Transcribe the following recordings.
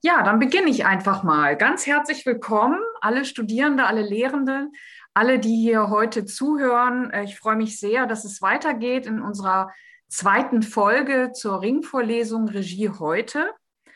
Ja, dann beginne ich einfach mal. Ganz herzlich willkommen, alle Studierende, alle Lehrenden, alle, die hier heute zuhören. Ich freue mich sehr, dass es weitergeht in unserer zweiten Folge zur Ringvorlesung Regie heute.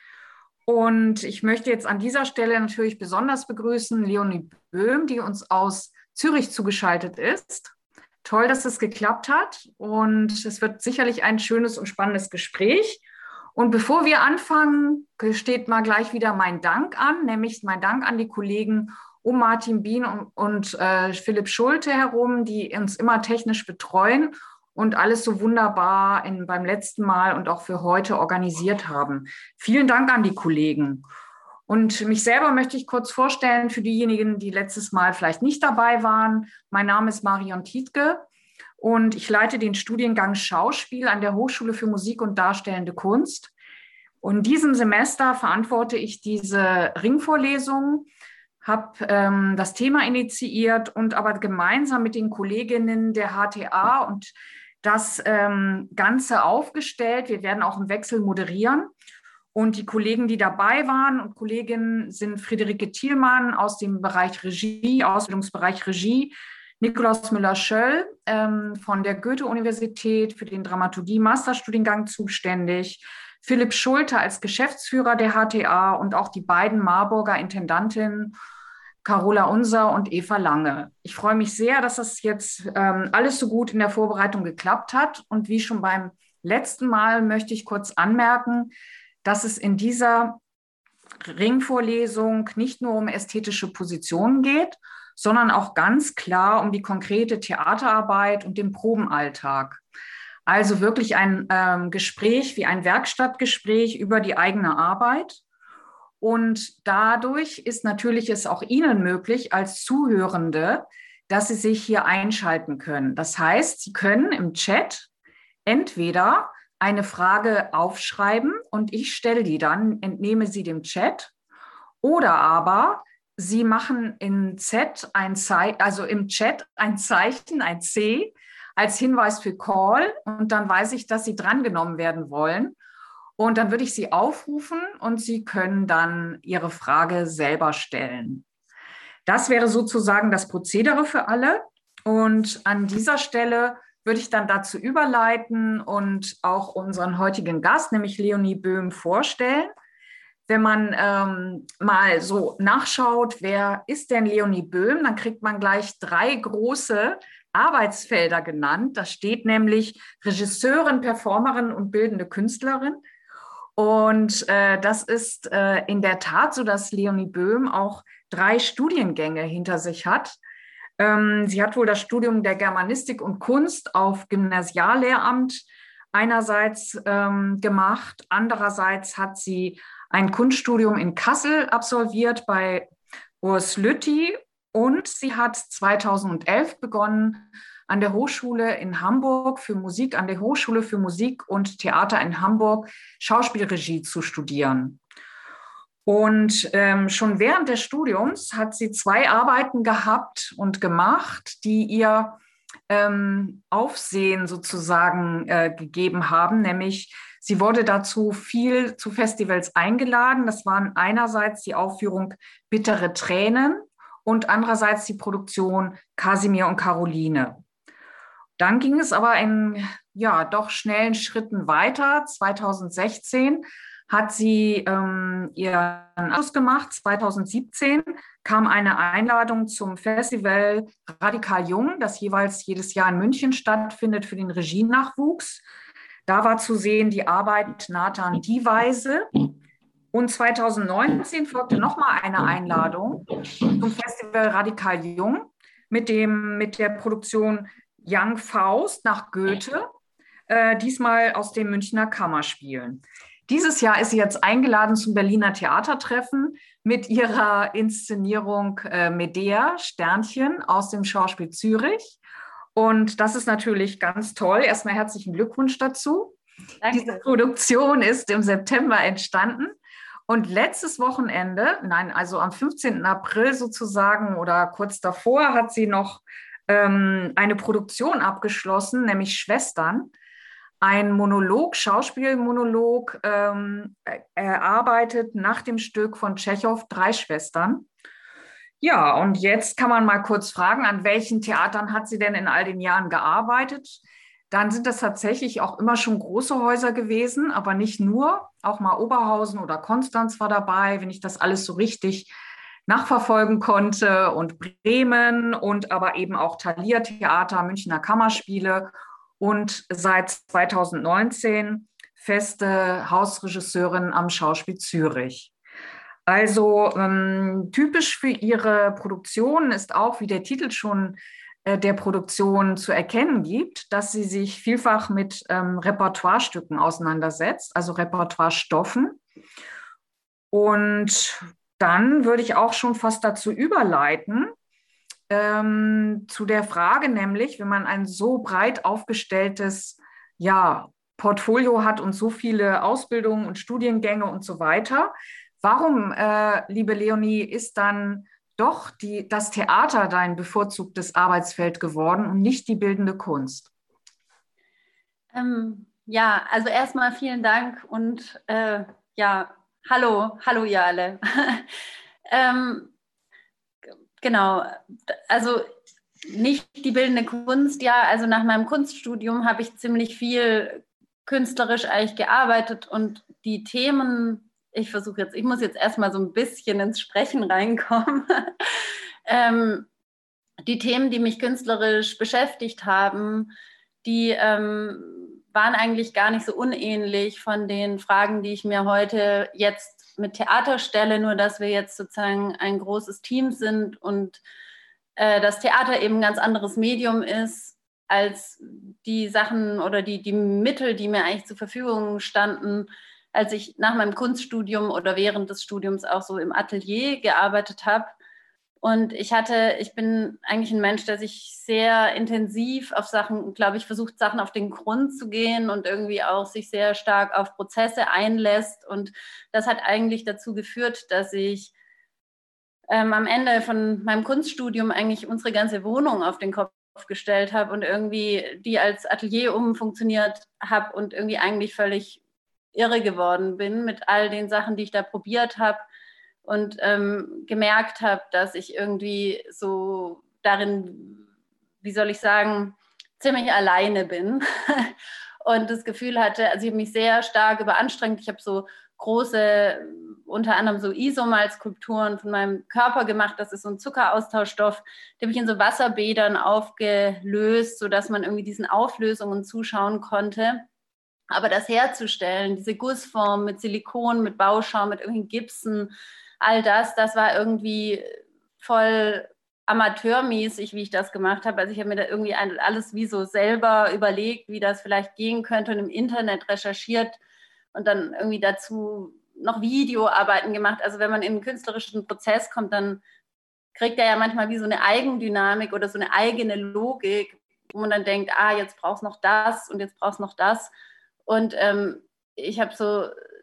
Und ich möchte jetzt an dieser Stelle natürlich besonders begrüßen Leonie Böhm, die uns aus Zürich zugeschaltet ist. Toll, dass es geklappt hat und es wird sicherlich ein schönes und spannendes Gespräch. Und bevor wir anfangen, steht mal gleich wieder mein Dank an, nämlich mein Dank an die Kollegen um Martin Bien und Philipp Schulte herum, die uns immer technisch betreuen und alles so wunderbar beim letzten Mal und auch für heute organisiert haben. Vielen Dank an die Kollegen. Und mich selber möchte ich kurz vorstellen für diejenigen, die letztes Mal vielleicht nicht dabei waren. Mein Name ist Marion Tietke und ich leite den Studiengang Schauspiel an der Hochschule für Musik und Darstellende Kunst. Und in diesem Semester verantworte ich diese Ringvorlesung, habe das Thema initiiert und aber gemeinsam mit den Kolleginnen der HTA und das Ganze aufgestellt. Wir werden auch im Wechsel moderieren. Und die Kollegen, die dabei waren und Kolleginnen sind Friederike Thielmann aus dem Bereich Regie, Ausbildungsbereich Regie, Nikolaus Müller-Schöll von der Goethe-Universität für den Dramaturgie-Masterstudiengang zuständig, Philipp Schulte als Geschäftsführer der HTA und auch die beiden Marburger Intendantinnen Carola Unser und Eva Lange. Ich freue mich sehr, dass das jetzt alles so gut in der Vorbereitung geklappt hat. Und wie schon beim letzten Mal möchte ich kurz anmerken, dass es in dieser Ringvorlesung nicht nur um ästhetische Positionen geht, sondern auch ganz klar um die konkrete Theaterarbeit und den Probenalltag. Also wirklich ein Gespräch wie ein Werkstattgespräch über die eigene Arbeit. Und dadurch ist natürlich es auch Ihnen möglich als Zuhörende, dass Sie sich hier einschalten können. Das heißt, Sie können im Chat entweder eine Frage aufschreiben und ich stelle die dann, entnehme sie dem Chat, oder aber Sie machen im Chat ein Zeichen, ein C, als Hinweis für Call und dann weiß ich, dass Sie drangenommen werden wollen. Und dann würde ich Sie aufrufen und Sie können dann Ihre Frage selber stellen. Das wäre sozusagen das Prozedere für alle. Und an dieser Stelle würde ich dann dazu überleiten und auch unseren heutigen Gast, nämlich Leonie Böhm, vorstellen. Wenn man mal so nachschaut, wer ist denn Leonie Böhm, dann kriegt man gleich 3 große Arbeitsfelder genannt. Da steht nämlich Regisseurin, Performerin und bildende Künstlerin. Und das ist in der Tat so, dass Leonie Böhm auch 3 Studiengänge hinter sich hat. Sie hat wohl das Studium der Germanistik und Kunst auf Gymnasiallehramt einerseits gemacht. Andererseits hat sie ein Kunststudium in Kassel absolviert bei Urs Lütti und sie hat 2011 begonnen, an der Hochschule in Hamburg für Musik, an der Hochschule für Musik und Theater in Hamburg Schauspielregie zu studieren. Und schon während des Studiums hat sie 2 Arbeiten gehabt und gemacht, die ihr Aufsehen sozusagen gegeben haben, nämlich sie wurde dazu viel zu Festivals eingeladen. Das waren einerseits die Aufführung Bittere Tränen und andererseits die Produktion Kasimir und Caroline. Dann ging es aber in doch schnellen Schritten weiter. 2016 hat sie ihren Abschluss gemacht. 2017 kam eine Einladung zum Festival Radikal Jung, das jeweils jedes Jahr in München stattfindet für den Regienachwuchs. Da war zu sehen die Arbeit Nathan Dieweise. Und 2019 folgte nochmal eine Einladung zum Festival Radikal Jung mit der Produktion Young Faust nach Goethe, diesmal aus dem Münchner Kammerspielen. Dieses Jahr ist sie jetzt eingeladen zum Berliner Theatertreffen mit ihrer Inszenierung Medea, Sternchen aus dem Schauspiel Zürich. Und das ist natürlich ganz toll. Erstmal herzlichen Glückwunsch dazu. Danke. Diese Produktion ist im September entstanden. Und letztes Wochenende, also am 15. April sozusagen oder kurz davor, hat sie noch eine Produktion abgeschlossen, nämlich Schwestern, ein Monolog, Schauspielmonolog, erarbeitet nach dem Stück von Tschechow, Drei Schwestern. Ja, und jetzt kann man mal kurz fragen, an welchen Theatern hat sie denn in all den Jahren gearbeitet? Dann sind das tatsächlich auch immer schon große Häuser gewesen, aber nicht nur. Auch mal Oberhausen oder Konstanz war dabei, wenn ich das alles so richtig nachverfolgen konnte. Und Bremen und aber eben auch Thalia Theater, Münchner Kammerspiele und seit 2019 feste Hausregisseurin am Schauspiel Zürich. Also typisch für ihre Produktion ist auch, wie der Titel schon der Produktion zu erkennen gibt, dass sie sich vielfach mit Repertoirestücken auseinandersetzt, also Repertoirestoffen. Und dann würde ich auch schon fast dazu überleiten, zu der Frage nämlich, wenn man ein so breit aufgestelltes Portfolio hat und so viele Ausbildungen und Studiengänge und so weiter, warum, liebe Leonie, ist dann doch das Theater dein bevorzugtes Arbeitsfeld geworden und nicht die bildende Kunst? Ja, also erstmal vielen Dank und hallo ihr alle. Genau, also nicht die bildende Kunst, ja, also nach meinem Kunststudium habe ich ziemlich viel künstlerisch eigentlich gearbeitet und die Themen, ich muss jetzt erstmal so ein bisschen ins Sprechen reinkommen. Die Themen, die mich künstlerisch beschäftigt haben, die waren eigentlich gar nicht so unähnlich von den Fragen, die ich mir heute jetzt mit Theater stelle, nur dass wir jetzt sozusagen ein großes Team sind und das Theater eben ein ganz anderes Medium ist als die Sachen oder die Mittel, die mir eigentlich zur Verfügung standen, als ich nach meinem Kunststudium oder während des Studiums auch so im Atelier gearbeitet habe. Und ich bin eigentlich ein Mensch, der sich sehr intensiv auf Sachen, glaube ich, versucht, Sachen auf den Grund zu gehen und irgendwie auch sich sehr stark auf Prozesse einlässt. Und das hat eigentlich dazu geführt, dass ich am Ende von meinem Kunststudium eigentlich unsere ganze Wohnung auf den Kopf gestellt habe und irgendwie die als Atelier umfunktioniert habe und irgendwie eigentlich völlig irre geworden bin mit all den Sachen, die ich da probiert habe und gemerkt habe, dass ich irgendwie so darin, wie soll ich sagen, ziemlich alleine bin und das Gefühl hatte, also ich habe mich sehr stark überanstrengt. Ich habe so große, unter anderem so Isomal-Skulpturen von meinem Körper gemacht. Das ist so ein Zuckeraustauschstoff. Die habe ich in so Wasserbädern aufgelöst, sodass man irgendwie diesen Auflösungen zuschauen konnte. Aber das herzustellen, diese Gussform mit Silikon, mit Bauschaum, mit irgendwelchen Gipsen, all das, das war irgendwie voll amateurmäßig, wie ich das gemacht habe. Also ich habe mir da irgendwie alles wie so selber überlegt, wie das vielleicht gehen könnte und im Internet recherchiert und dann irgendwie dazu noch Videoarbeiten gemacht. Also wenn man in einen künstlerischen Prozess kommt, dann kriegt er ja manchmal wie so eine Eigendynamik oder so eine eigene Logik, wo man dann denkt, jetzt brauchst du noch das und jetzt brauchst du noch das. Und ich habe so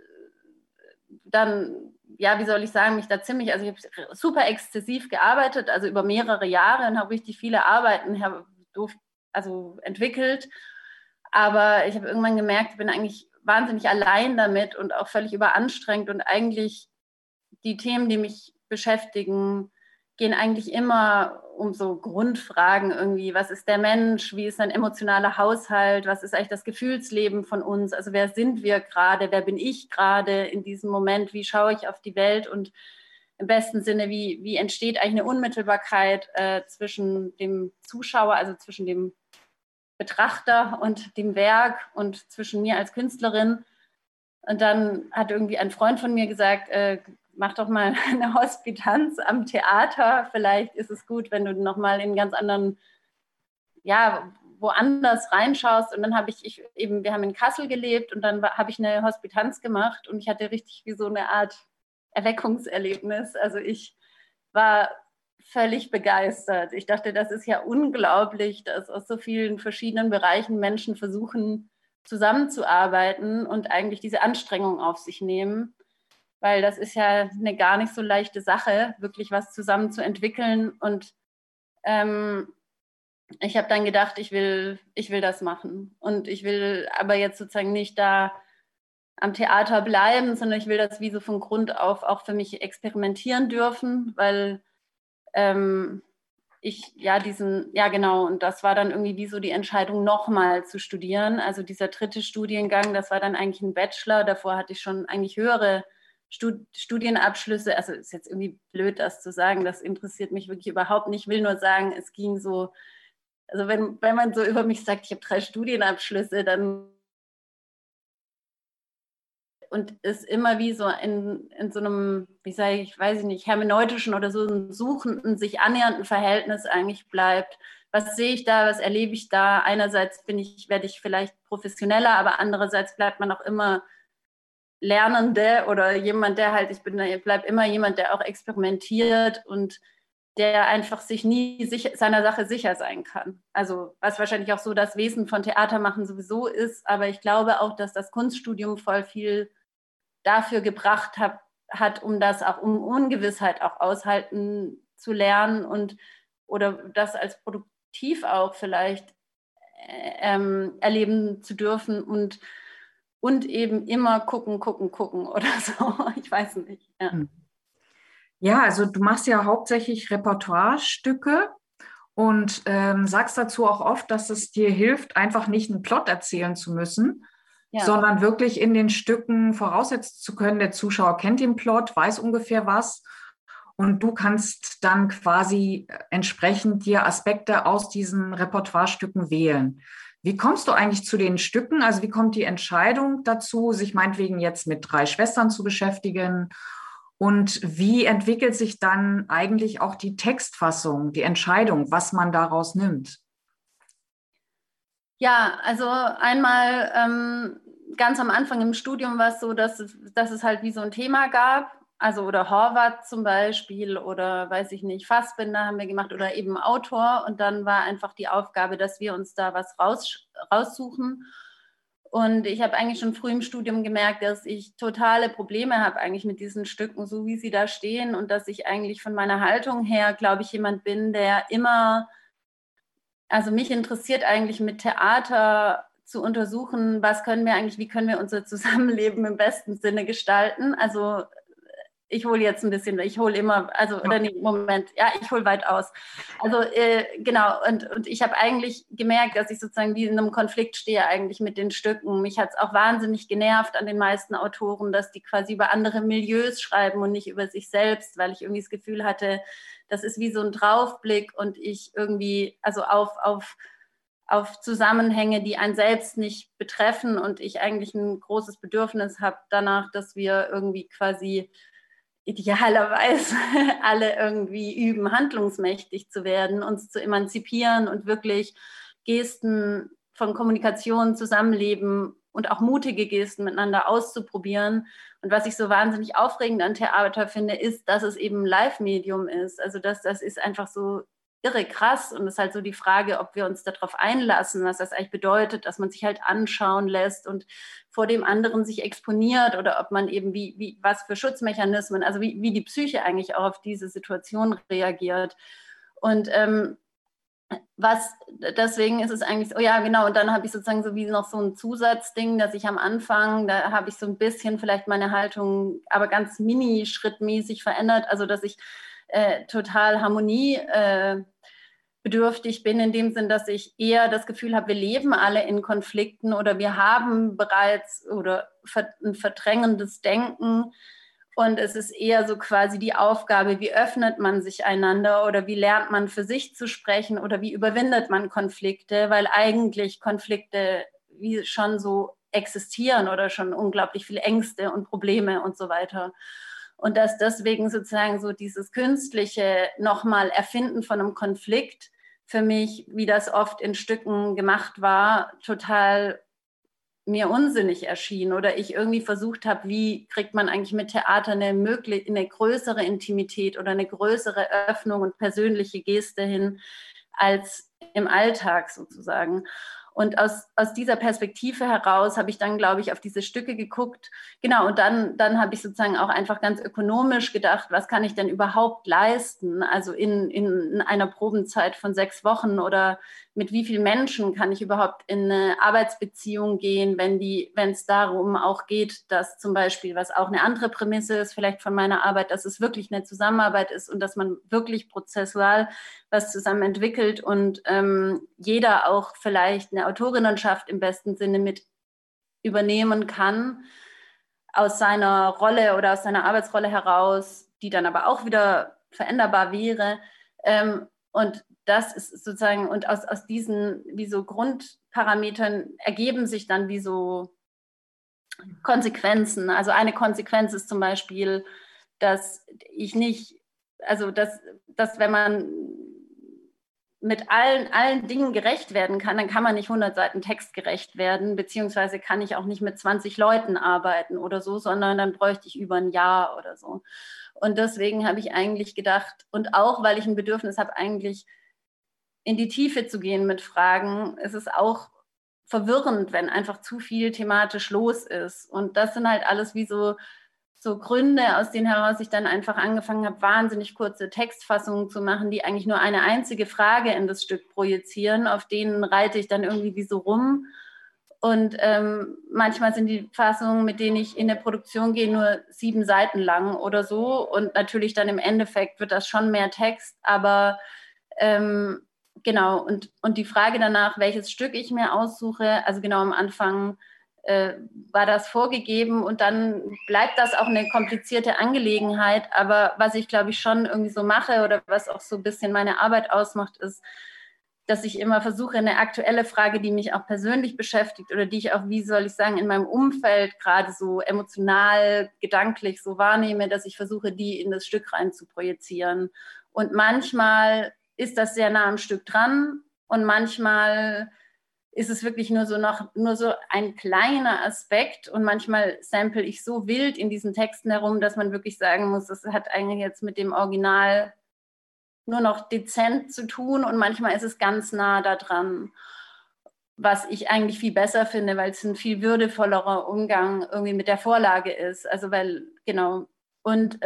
dann, ja, wie soll ich sagen, mich da ziemlich, also ich habe super exzessiv gearbeitet, also über mehrere Jahre und habe richtig viele Arbeiten entwickelt. Aber ich habe irgendwann gemerkt, ich bin eigentlich wahnsinnig allein damit und auch völlig überanstrengt und eigentlich die Themen, die mich beschäftigen, gehen eigentlich immer um so Grundfragen irgendwie. Was ist der Mensch? Wie ist sein emotionaler Haushalt? Was ist eigentlich das Gefühlsleben von uns? Also wer sind wir gerade? Wer bin ich gerade in diesem Moment? Wie schaue ich auf die Welt? Und im besten Sinne, wie entsteht eigentlich eine Unmittelbarkeit zwischen dem Zuschauer, also zwischen dem Betrachter und dem Werk und zwischen mir als Künstlerin? Und dann hat irgendwie ein Freund von mir gesagt, mach doch mal eine Hospitanz am Theater. Vielleicht ist es gut, wenn du nochmal in ganz anderen, ja, woanders reinschaust. Und dann wir haben in Kassel gelebt und dann habe ich eine Hospitanz gemacht und ich hatte richtig wie so eine Art Erweckungserlebnis. Also ich war völlig begeistert. Ich dachte, das ist ja unglaublich, dass aus so vielen verschiedenen Bereichen Menschen versuchen, zusammenzuarbeiten und eigentlich diese Anstrengung auf sich nehmen, weil das ist ja eine gar nicht so leichte Sache, wirklich was zusammen zu entwickeln und ich habe dann gedacht, ich will das machen. Und ich will aber jetzt sozusagen nicht da am Theater bleiben, sondern ich will das wie so von Grund auf auch für mich experimentieren dürfen, weil genau, und das war dann irgendwie wie so die Entscheidung, nochmal zu studieren. Also dieser dritte Studiengang, das war dann eigentlich ein Bachelor. Davor hatte ich schon eigentlich höhere Studienabschlüsse. Also ist jetzt irgendwie blöd, das zu sagen. Das interessiert mich wirklich überhaupt nicht. Ich will nur sagen, es ging so, also wenn man so über mich sagt, ich habe 3 Studienabschlüsse, dann und ist immer wie so in so einem, wie sage ich, weiß ich nicht, hermeneutischen oder so einem suchenden, sich annähernden Verhältnis eigentlich bleibt. Was sehe ich da, was erlebe ich da? Einerseits werde ich vielleicht professioneller, aber andererseits bleibt man auch immer Lernende oder jemand, der halt, bleibe immer jemand, der auch experimentiert und der einfach sich nie seiner Sache sicher sein kann. Also was wahrscheinlich auch so das Wesen von Theater machen sowieso ist, aber ich glaube auch, dass das Kunststudium voll viel dafür gebracht hat, um das auch, um Ungewissheit auch aushalten zu lernen oder das als produktiv auch vielleicht erleben zu dürfen und eben immer gucken oder so. Ich weiß nicht. Ja. Ja, also du machst ja hauptsächlich Repertoirestücke und sagst dazu auch oft, dass es dir hilft, einfach nicht einen Plot erzählen zu müssen, sondern wirklich in den Stücken voraussetzen zu können, der Zuschauer kennt den Plot, weiß ungefähr was und du kannst dann quasi entsprechend dir Aspekte aus diesen Repertoirestücken wählen. Wie kommst du eigentlich zu den Stücken? Also wie kommt die Entscheidung dazu, sich meinetwegen jetzt mit 3 Schwestern zu beschäftigen? Und wie entwickelt sich dann eigentlich auch die Textfassung, die Entscheidung, was man daraus nimmt? Ja, also einmal ganz am Anfang im Studium war es so, dass es halt wie so ein Thema gab. Also oder Horvath zum Beispiel oder weiß ich nicht, Fassbinder haben wir gemacht oder eben Autor. Und dann war einfach die Aufgabe, dass wir uns da was raussuchen. Und ich habe eigentlich schon früh im Studium gemerkt, dass ich totale Probleme habe eigentlich mit diesen Stücken, so wie sie da stehen. Und dass ich eigentlich von meiner Haltung her, glaube ich, jemand bin, der immer, also mich interessiert eigentlich mit Theater zu untersuchen, wie können wir unser Zusammenleben im besten Sinne gestalten. Also ich hole jetzt ein bisschen, ich hole immer, also, oder nee, Moment, ja, ich hole weit aus. Also genau, und ich habe eigentlich gemerkt, dass ich sozusagen wie in einem Konflikt stehe eigentlich mit den Stücken. Mich hat es auch wahnsinnig genervt an den meisten Autoren, dass die quasi über andere Milieus schreiben und nicht über sich selbst, weil ich irgendwie das Gefühl hatte, das ist wie so ein Draufblick und ich irgendwie, also auf Zusammenhänge, die einen selbst nicht betreffen und ich eigentlich ein großes Bedürfnis habe danach, dass wir irgendwie quasi idealerweise alle irgendwie üben, handlungsmächtig zu werden, uns zu emanzipieren und wirklich Gesten von Kommunikation, Zusammenleben und auch mutige Gesten miteinander auszuprobieren. Und was ich so wahnsinnig aufregend an Theater finde, ist, dass es eben ein Live-Medium ist. Also das ist einfach so irre krass und es ist halt so die Frage, ob wir uns darauf einlassen, was das eigentlich bedeutet, dass man sich halt anschauen lässt und vor dem anderen sich exponiert oder ob man eben was für Schutzmechanismen, also wie die Psyche eigentlich auch auf diese Situation reagiert. Und deswegen ist es eigentlich, oh ja, genau, und dann habe ich sozusagen so wie noch so ein Zusatzding, dass ich am Anfang, da habe ich so ein bisschen vielleicht meine Haltung, aber ganz mini-schrittmäßig verändert, also dass ich total harmoniebedürftig bin, in dem Sinn, dass ich eher das Gefühl habe, wir leben alle in Konflikten oder wir haben bereits oder ein verdrängendes Denken. Und es ist eher so quasi die Aufgabe, wie öffnet man sich einander oder wie lernt man für sich zu sprechen oder wie überwindet man Konflikte, weil eigentlich Konflikte wie schon so existieren oder schon unglaublich viele Ängste und Probleme und so weiter. Und dass deswegen sozusagen so dieses künstliche nochmal Erfinden von einem Konflikt für mich, wie das oft in Stücken gemacht war, total mir unsinnig erschien oder ich irgendwie versucht habe, wie kriegt man eigentlich mit Theater eine größere Intimität oder eine größere Öffnung und persönliche Geste hin als im Alltag sozusagen. Und aus dieser Perspektive heraus habe ich dann, glaube ich, auf diese Stücke geguckt. Genau, und dann habe ich sozusagen auch einfach ganz ökonomisch gedacht, was kann ich denn überhaupt leisten? Also in einer Probenzeit von 6 Wochen oder mit wie vielen Menschen kann ich überhaupt in eine Arbeitsbeziehung gehen, wenn es darum auch geht, dass zum Beispiel, was auch eine andere Prämisse ist, vielleicht von meiner Arbeit, dass es wirklich eine Zusammenarbeit ist und dass man wirklich prozessual was zusammen entwickelt und jeder auch vielleicht eine Autorinnenschaft im besten Sinne mit übernehmen kann aus seiner Rolle oder aus seiner Arbeitsrolle heraus, die dann aber auch wieder veränderbar wäre. Und das ist sozusagen, und aus diesen wie so Grundparametern ergeben sich dann wie so Konsequenzen. Also eine Konsequenz ist zum Beispiel, dass ich nicht, also dass wenn man mit allen Dingen gerecht werden kann, dann kann man nicht 100 Seiten Text gerecht werden, beziehungsweise kann ich auch nicht mit 20 Leuten arbeiten oder so, sondern dann bräuchte ich über ein Jahr oder so. Und deswegen habe ich eigentlich gedacht, und auch, weil ich ein Bedürfnis habe, eigentlich in die Tiefe zu gehen mit Fragen, ist es auch verwirrend, wenn einfach zu viel thematisch los ist. Und das sind halt alles wie so Gründe, aus denen heraus ich dann einfach angefangen habe, wahnsinnig kurze Textfassungen zu machen, die eigentlich nur eine einzige Frage in das Stück projizieren. Auf denen reite ich dann irgendwie wie so rum. Und manchmal sind die Fassungen, mit denen ich in der Produktion gehe, nur 7 Seiten lang oder so. Und natürlich dann im Endeffekt wird das schon mehr Text. Aber genau, und die Frage danach, welches Stück ich mir aussuche, also genau am Anfang war das vorgegeben und dann bleibt das auch eine komplizierte Angelegenheit. Aber was ich, glaube ich, schon irgendwie so mache oder was auch so ein bisschen meine Arbeit ausmacht, ist, dass ich immer versuche, eine aktuelle Frage, die mich auch persönlich beschäftigt oder die ich auch, wie soll ich sagen, in meinem Umfeld gerade so emotional, gedanklich so wahrnehme, dass ich versuche, die in das Stück rein zu projizieren. Und manchmal ist das sehr nah am Stück dran und manchmal ist es wirklich nur so ein kleiner Aspekt und manchmal sample ich so wild in diesen Texten herum, dass man wirklich sagen muss, das hat eigentlich jetzt mit dem Original nur noch dezent zu tun und manchmal ist es ganz nah da dran, was ich eigentlich viel besser finde, weil es ein viel würdevollerer Umgang irgendwie mit der Vorlage ist. Also weil, genau. Und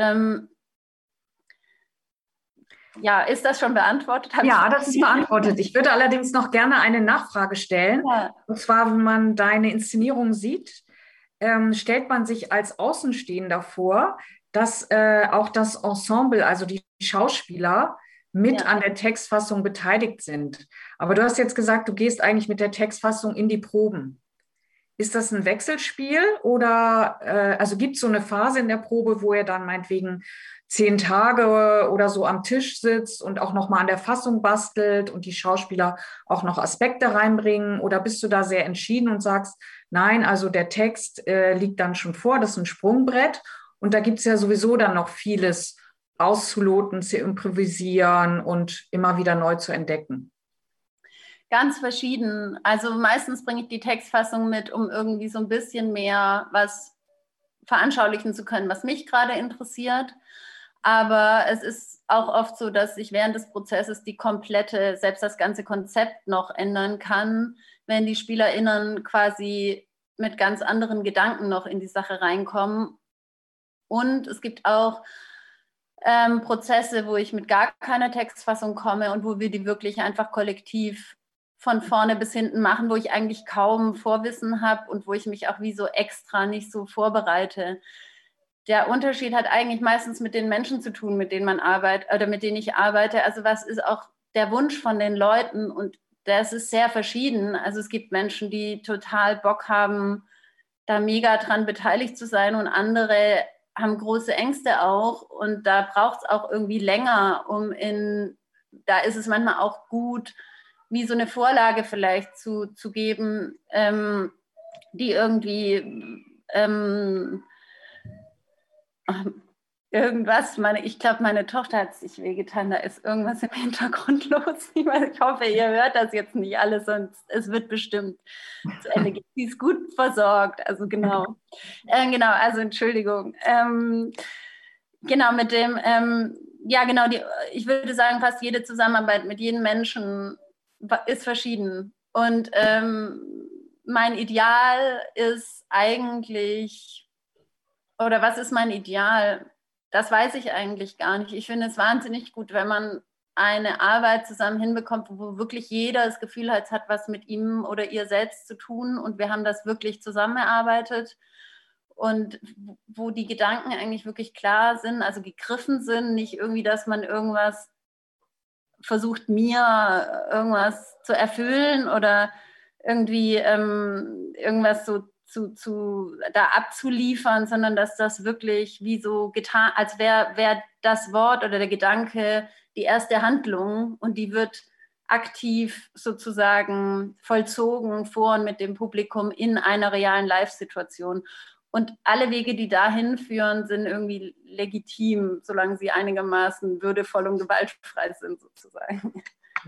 ja, ist das schon beantwortet? Ja, das ist beantwortet. Ich würde allerdings noch gerne eine Nachfrage stellen. Ja. Und zwar, wenn man deine Inszenierung sieht, stellt man sich als Außenstehender vor, dass auch das Ensemble, also die Schauspieler, mit an der Textfassung beteiligt sind. Aber du hast jetzt gesagt, du gehst eigentlich mit der Textfassung in die Proben. Ist das ein Wechselspiel oder also gibt es so eine Phase in der Probe, wo ihr dann meinetwegen 10 Tage oder so am Tisch sitzt und auch nochmal an der Fassung bastelt und die Schauspieler auch noch Aspekte reinbringen? Oder bist du da sehr entschieden und sagst, nein, also der Text liegt dann schon vor, das ist ein Sprungbrett und da gibt es ja sowieso dann noch vieles auszuloten, zu improvisieren und immer wieder neu zu entdecken? Ganz verschieden. Also meistens bringe ich die Textfassung mit, um irgendwie so ein bisschen mehr was veranschaulichen zu können, was mich gerade interessiert. Aber es ist auch oft so, dass ich während des Prozesses selbst das ganze Konzept noch ändern kann, wenn die SpielerInnen quasi mit ganz anderen Gedanken noch in die Sache reinkommen. Und es gibt auch Prozesse, wo ich mit gar keiner Textfassung komme und wo wir die wirklich einfach kollektiv von vorne bis hinten machen, wo ich eigentlich kaum Vorwissen habe und wo ich mich auch wie so extra nicht so vorbereite. Der Unterschied hat eigentlich meistens mit den Menschen zu tun, mit denen man arbeitet oder mit denen ich arbeite. Also was ist auch der Wunsch von den Leuten? Und das ist sehr verschieden. Also es gibt Menschen, die total Bock haben, da mega dran beteiligt zu sein und andere haben große Ängste auch und da braucht es auch irgendwie länger, da ist es manchmal auch gut, wie so eine Vorlage vielleicht zu geben, die irgendwie irgendwas, ich glaube, meine Tochter hat sich wehgetan, da ist irgendwas im Hintergrund los. Ich hoffe, ihr hört das jetzt nicht alles, sonst es wird bestimmt zu Ende gehen. Sie ist gut versorgt, also genau. Genau, also Entschuldigung. Genau, mit dem, ja genau, ich würde sagen, fast jede Zusammenarbeit mit jedem Menschen ist verschieden. Und mein Ideal ist eigentlich, oder was ist mein Ideal? Das weiß ich eigentlich gar nicht. Ich finde es wahnsinnig gut, wenn man eine Arbeit zusammen hinbekommt, wo wirklich jeder das Gefühl hat, es hat was mit ihm oder ihr selbst zu tun und wir haben das wirklich zusammen erarbeitet und wo die Gedanken eigentlich wirklich klar sind, also gegriffen sind, nicht irgendwie, dass man irgendwas versucht, mir irgendwas zu erfüllen oder irgendwie irgendwas so da abzuliefern, sondern dass das wirklich wie so getan, als wäre das Wort oder der Gedanke die erste Handlung und die wird aktiv sozusagen vollzogen vor und mit dem Publikum in einer realen Live-Situation. Und alle Wege, die dahin führen, sind irgendwie legitim, solange sie einigermaßen würdevoll und gewaltfrei sind, sozusagen.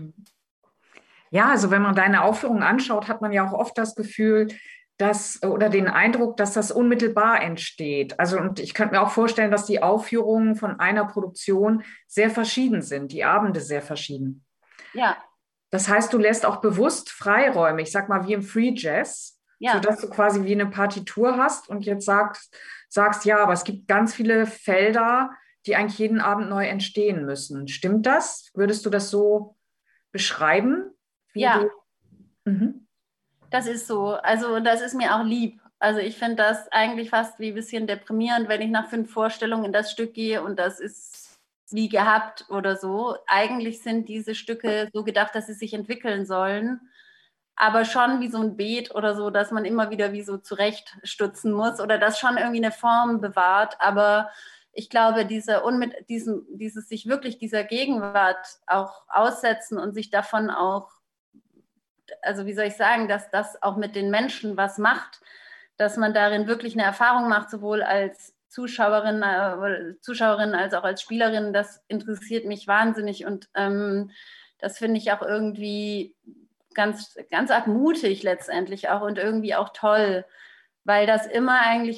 Ja, also wenn man deine Aufführung anschaut, hat man ja auch oft das Gefühl, oder den Eindruck, dass das unmittelbar entsteht. Also, und ich könnte mir auch vorstellen, dass die Aufführungen von einer Produktion sehr verschieden sind, die Abende sehr verschieden. Ja. Das heißt, du lässt auch bewusst Freiräume, ich sag mal wie im Free Jazz, ja. sodass du quasi wie eine Partitur hast und jetzt sagst, ja, aber es gibt ganz viele Felder, die eigentlich jeden Abend neu entstehen müssen. Stimmt das? Würdest du das so beschreiben? Ja. Mhm. Das ist so. Also das ist mir auch lieb. Also ich finde das eigentlich fast wie ein bisschen deprimierend, wenn ich nach 5 Vorstellungen in das Stück gehe und das ist wie gehabt oder so. Eigentlich sind diese Stücke so gedacht, dass sie sich entwickeln sollen, aber schon wie so ein Beet oder so, dass man immer wieder wie so zurechtstutzen muss oder das schon irgendwie eine Form bewahrt. Aber ich glaube, dieses sich wirklich dieser Gegenwart auch aussetzen und sich davon auch, also wie soll ich sagen, dass das auch mit den Menschen was macht, dass man darin wirklich eine Erfahrung macht, sowohl als Zuschauerin als auch als Spielerin, das interessiert mich wahnsinnig und das finde ich auch irgendwie ganz, ganz arg mutig letztendlich auch und irgendwie auch toll, weil das immer eigentlich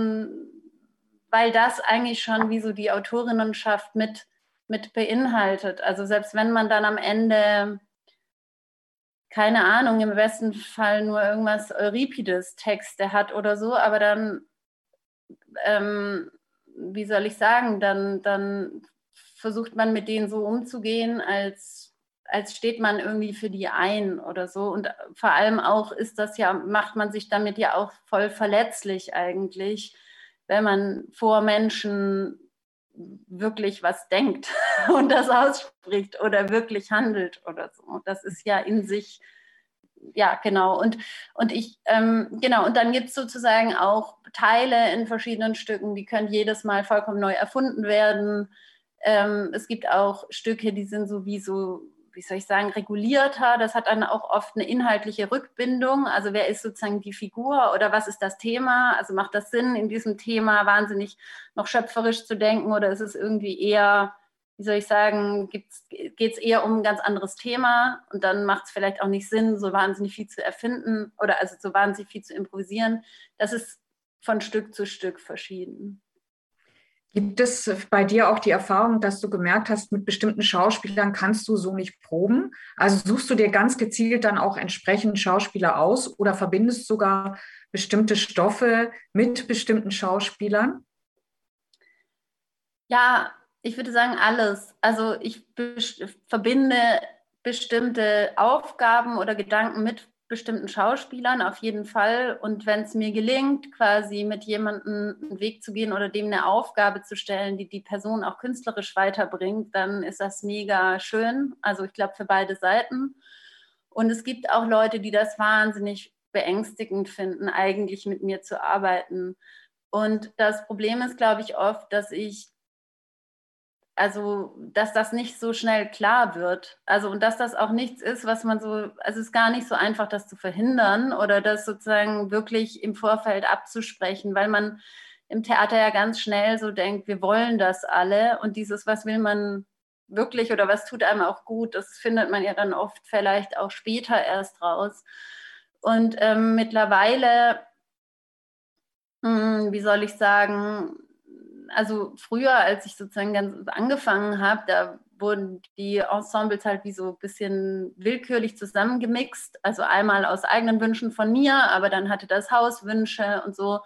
weil das eigentlich schon wie so die Autorinnenschaft mit beinhaltet. Also selbst wenn man dann am Ende, keine Ahnung, im besten Fall nur irgendwas Euripides-Texte hat oder so, aber dann, wie soll ich sagen, dann versucht man mit denen so umzugehen, als steht man irgendwie für die ein oder so. Und vor allem auch macht man sich damit ja auch voll verletzlich eigentlich, wenn man vor Menschen wirklich was denkt und das ausspricht oder wirklich handelt oder so. Das ist ja in sich, ja, genau. Und ich, genau, und dann gibt es sozusagen auch Teile in verschiedenen Stücken, die können jedes Mal vollkommen neu erfunden werden. Es gibt auch Stücke, die sind sowieso, wie soll ich sagen, regulierter. Das hat dann auch oft eine inhaltliche Rückbindung. Also wer ist sozusagen die Figur oder was ist das Thema? Also macht das Sinn, in diesem Thema wahnsinnig noch schöpferisch zu denken oder ist es irgendwie eher, wie soll ich sagen, geht es eher um ein ganz anderes Thema und dann macht es vielleicht auch nicht Sinn, so wahnsinnig viel zu erfinden oder also so wahnsinnig viel zu improvisieren. Das ist von Stück zu Stück verschieden. Gibt es bei dir auch die Erfahrung, dass du gemerkt hast, mit bestimmten Schauspielern kannst du so nicht proben? Also suchst du dir ganz gezielt dann auch entsprechend Schauspieler aus oder verbindest sogar bestimmte Stoffe mit bestimmten Schauspielern? Ja, ich würde sagen alles. Also ich verbinde bestimmte Aufgaben oder Gedanken mit bestimmten Schauspielern auf jeden Fall. Und wenn es mir gelingt, quasi mit jemandem einen Weg zu gehen oder dem eine Aufgabe zu stellen, die die Person auch künstlerisch weiterbringt, dann ist das mega schön. Also ich glaube für beide Seiten. Und es gibt auch Leute, die das wahnsinnig beängstigend finden, eigentlich mit mir zu arbeiten. Und das Problem ist, glaube ich, oft, dass das nicht so schnell klar wird. Also, und dass das auch nichts ist, was man so, also es ist gar nicht so einfach, das zu verhindern oder das sozusagen wirklich im Vorfeld abzusprechen, weil man im Theater ja ganz schnell so denkt, wir wollen das alle und dieses, was will man wirklich oder was tut einem auch gut, das findet man ja dann oft vielleicht auch später erst raus. Und mittlerweile, wie soll ich sagen, also früher, als ich sozusagen ganz angefangen habe, da wurden die Ensembles halt wie so ein bisschen willkürlich zusammengemixt. Also einmal aus eigenen Wünschen von mir, aber dann hatte das Haus Wünsche und so.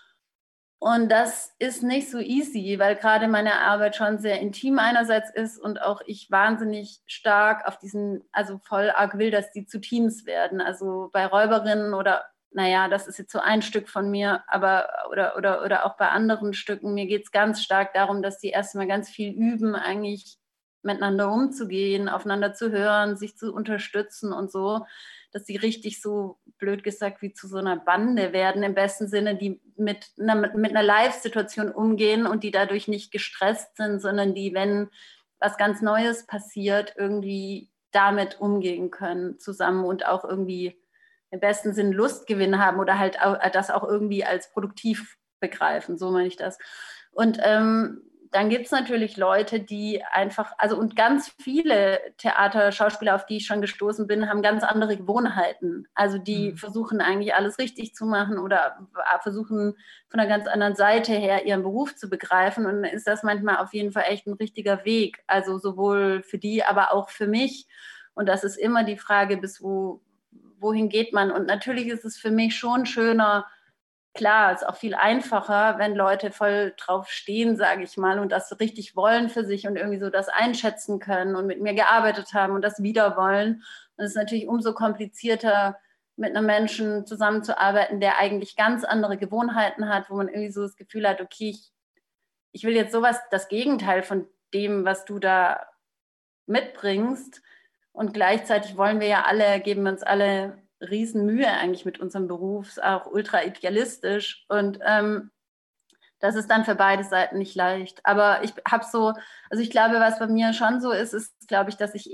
Und das ist nicht so easy, weil gerade meine Arbeit schon sehr intim einerseits ist und auch ich wahnsinnig stark auf diesen, also voll arg will, dass die zu Teams werden. Also bei Räuberinnen oder, naja, das ist jetzt so ein Stück von mir, aber oder auch bei anderen Stücken, mir geht es ganz stark darum, dass die erstmal ganz viel üben, eigentlich miteinander umzugehen, aufeinander zu hören, sich zu unterstützen und so, dass sie richtig so, blöd gesagt, wie zu so einer Bande werden, im besten Sinne, die mit einer Live-Situation umgehen und die dadurch nicht gestresst sind, sondern die, wenn was ganz Neues passiert, irgendwie damit umgehen können zusammen und auch irgendwie im besten Sinn Lustgewinn haben oder halt auch, das auch irgendwie als produktiv begreifen, so meine ich das. Und dann gibt es natürlich Leute, die einfach, also und ganz viele Theaterschauspieler, auf die ich schon gestoßen bin, haben ganz andere Gewohnheiten. Also die versuchen eigentlich alles richtig zu machen oder versuchen von einer ganz anderen Seite her ihren Beruf zu begreifen. Und dann ist das manchmal auf jeden Fall echt ein richtiger Weg. Also sowohl für die, aber auch für mich. Und das ist immer die Frage, wohin geht man? Und natürlich ist es für mich schon schöner, klar, es ist auch viel einfacher, wenn Leute voll drauf stehen, sage ich mal, und das richtig wollen für sich und irgendwie so das einschätzen können und mit mir gearbeitet haben und das wieder wollen. Und es ist natürlich umso komplizierter, mit einem Menschen zusammenzuarbeiten, der eigentlich ganz andere Gewohnheiten hat, wo man irgendwie so das Gefühl hat, okay, ich will jetzt sowas, das Gegenteil von dem, was du da mitbringst. Und gleichzeitig wollen wir ja alle, geben wir uns alle Riesenmühe eigentlich mit unserem Beruf, ist auch ultra idealistisch und das ist dann für beide Seiten nicht leicht. Aber ich habe so, also ich glaube, was bei mir schon so ist, glaube ich, dass ich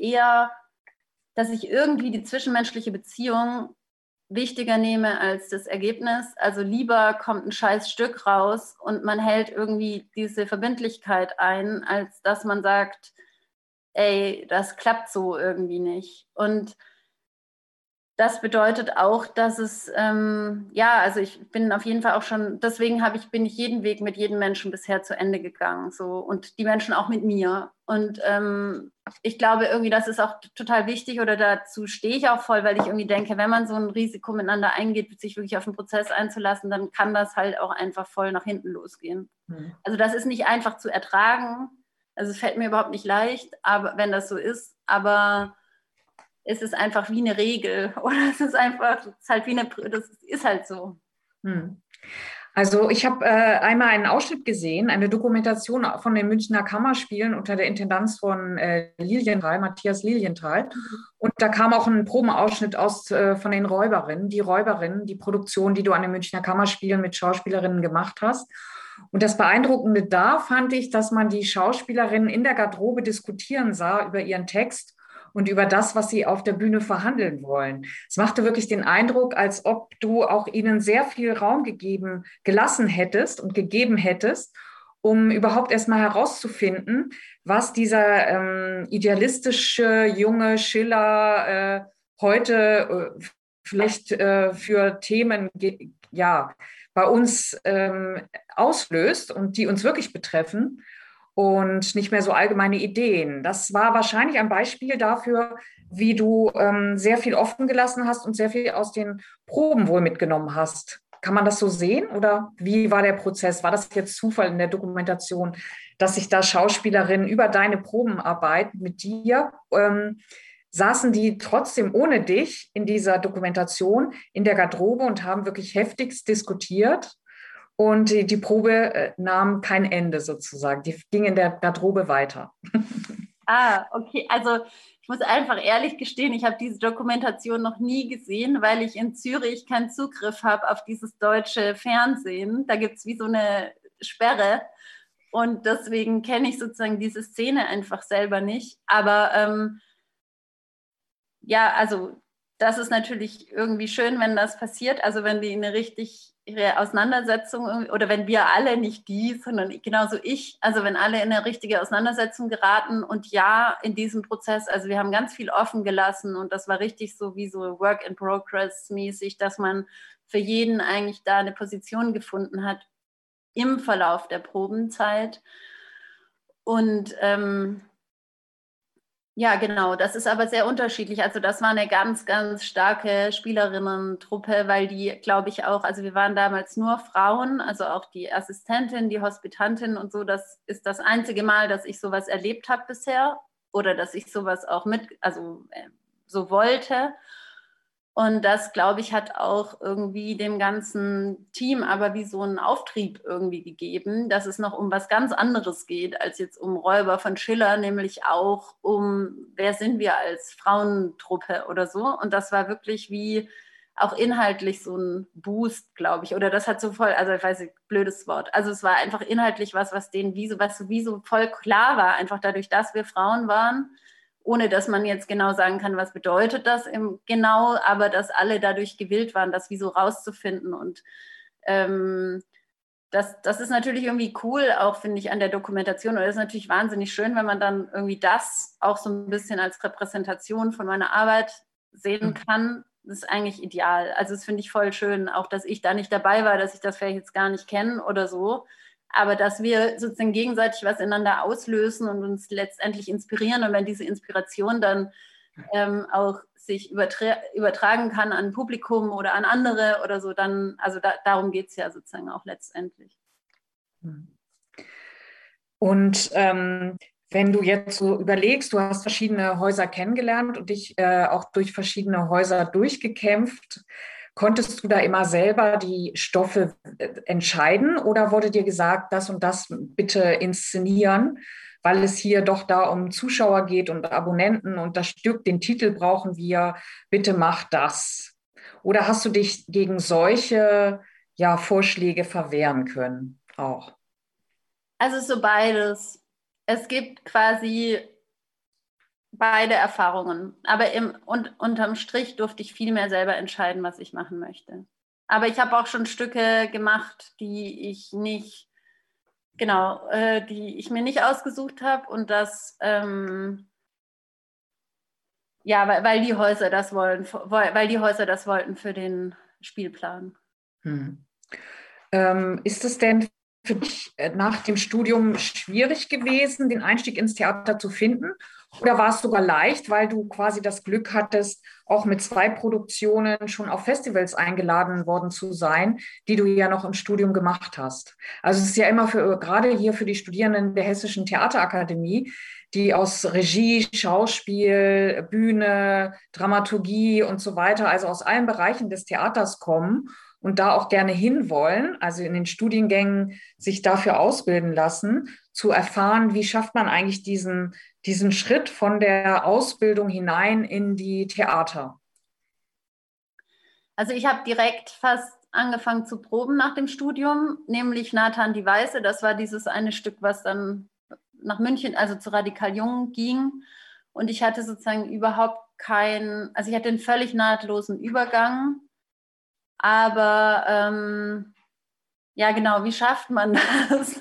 irgendwie die zwischenmenschliche Beziehung wichtiger nehme als das Ergebnis. Also lieber kommt ein scheiß Stück raus und man hält irgendwie diese Verbindlichkeit ein, als dass man sagt, ey, das klappt so irgendwie nicht. Und das bedeutet auch, dass es, also ich bin auf jeden Fall auch schon, deswegen bin ich jeden Weg mit jedem Menschen bisher zu Ende gegangen, so, und die Menschen auch mit mir. Und ich glaube irgendwie, das ist auch total wichtig oder dazu stehe ich auch voll, weil ich irgendwie denke, wenn man so ein Risiko miteinander eingeht, sich wirklich auf den Prozess einzulassen, dann kann das halt auch einfach voll nach hinten losgehen. Also das ist nicht einfach zu ertragen, also es fällt mir überhaupt nicht leicht, aber wenn das so ist, aber es ist einfach wie eine Regel oder es ist halt das ist halt so. Also ich habe einmal einen Ausschnitt gesehen, eine Dokumentation von den Münchner Kammerspielen unter der Intendanz von Lilienthal, Matthias Lilienthal. Und da kam auch ein Probenausschnitt von den Räuberinnen, die Produktion, die du an den Münchner Kammerspielen mit Schauspielerinnen gemacht hast. Und das Beeindruckende da fand ich, dass man die Schauspielerinnen in der Garderobe diskutieren sah über ihren Text und über das, was sie auf der Bühne verhandeln wollen. Es machte wirklich den Eindruck, als ob du auch ihnen sehr viel Raum gelassen hättest und gegeben hättest, um überhaupt erstmal herauszufinden, was dieser idealistische junge Schiller heute vielleicht für Themen bei uns auslöst und die uns wirklich betreffen und nicht mehr so allgemeine Ideen. Das war wahrscheinlich ein Beispiel dafür, wie du sehr viel offen gelassen hast und sehr viel aus den Proben wohl mitgenommen hast. Kann man das so sehen oder wie war der Prozess? War das jetzt Zufall in der Dokumentation, dass sich da Schauspielerinnen über deine Probenarbeit mit dir saßen die trotzdem ohne dich in dieser Dokumentation in der Garderobe und haben wirklich heftigst diskutiert? Und die Probe nahm kein Ende sozusagen. Die ging in der Garderobe weiter. Okay. Also ich muss einfach ehrlich gestehen, ich habe diese Dokumentation noch nie gesehen, weil ich in Zürich keinen Zugriff habe auf dieses deutsche Fernsehen. Da gibt es wie so eine Sperre. Und deswegen kenne ich sozusagen diese Szene einfach selber nicht. Aber also das ist natürlich irgendwie schön, wenn das passiert. Also wenn die eine richtige Auseinandersetzung oder wenn wir alle, nicht die, sondern genauso ich, also wenn alle in eine richtige Auseinandersetzung geraten und ja, in diesem Prozess, also wir haben ganz viel offen gelassen und das war richtig so wie so Work in Progress mäßig, dass man für jeden eigentlich da eine Position gefunden hat. im Verlauf der Probenzeit. Und ja, genau, das ist aber sehr unterschiedlich. Also das war eine ganz, ganz starke Spielerinnen-Truppe, weil die, glaube ich, auch, also wir waren damals nur Frauen, also auch die Assistentin, die Hospitantin und so, das ist das einzige Mal, dass ich sowas erlebt habe bisher oder dass ich sowas auch so wollte. Und das, glaube ich, hat auch irgendwie dem ganzen Team aber wie so einen Auftrieb irgendwie gegeben, dass es noch um was ganz anderes geht, als jetzt um Räuber von Schiller, nämlich auch um, wer sind wir als Frauentruppe oder so. Und das war wirklich wie auch inhaltlich so ein Boost, glaube ich. Oder das hat so voll, also ich weiß nicht, blödes Wort. Also es war einfach inhaltlich was denen wie so voll klar war, einfach dadurch, dass wir Frauen waren, ohne dass man jetzt genau sagen kann, was bedeutet das genau, aber dass alle dadurch gewillt waren, das wie so rauszufinden. Und das ist natürlich irgendwie cool, auch finde ich, an der Dokumentation. Und das ist natürlich wahnsinnig schön, wenn man dann irgendwie das auch so ein bisschen als Repräsentation von meiner Arbeit sehen kann. Das ist eigentlich ideal. Also das finde ich voll schön, auch dass ich da nicht dabei war, dass ich das vielleicht jetzt gar nicht kenne oder so. Aber dass wir sozusagen gegenseitig was ineinander auslösen und uns letztendlich inspirieren. Und wenn diese Inspiration dann auch sich übertragen kann an Publikum oder an andere oder so, dann, also darum geht es ja sozusagen auch letztendlich. Und wenn du jetzt so überlegst, du hast verschiedene Häuser kennengelernt und dich auch durch verschiedene Häuser durchgekämpft, konntest du da immer selber die Stoffe entscheiden oder wurde dir gesagt, das und das bitte inszenieren, weil es hier doch da um Zuschauer geht und Abonnenten und das Stück, den Titel brauchen wir, bitte mach das? Oder hast du dich gegen solche Vorschläge verwehren können auch? Also so beides. Es gibt quasi beide Erfahrungen. Aber unterm Strich durfte ich viel mehr selber entscheiden, was ich machen möchte. Aber ich habe auch schon Stücke gemacht, die ich nicht, genau, die ich mir nicht ausgesucht habe und das, ja, weil die Häuser das wollen, weil die Häuser das wollten für den Spielplan. Ist es denn für dich nach dem Studium schwierig gewesen, den Einstieg ins Theater zu finden? Oder war es sogar leicht, weil du quasi das Glück hattest, auch mit 2 Produktionen schon auf Festivals eingeladen worden zu sein, die du ja noch im Studium gemacht hast? Also es ist ja immer gerade hier für die Studierenden der Hessischen Theaterakademie, die aus Regie, Schauspiel, Bühne, Dramaturgie und so weiter, also aus allen Bereichen des Theaters kommen und da auch gerne hinwollen, also in den Studiengängen sich dafür ausbilden lassen, zu erfahren, wie schafft man eigentlich diesen Schritt von der Ausbildung hinein in die Theater? Also ich habe direkt fast angefangen zu proben nach dem Studium, nämlich Nathan die Weiße. Das war dieses eine Stück, was dann nach München, also zu Radikal Jung ging. Und ich hatte sozusagen überhaupt also ich hatte einen völlig nahtlosen Übergang. Aber ja, genau, wie schafft man das?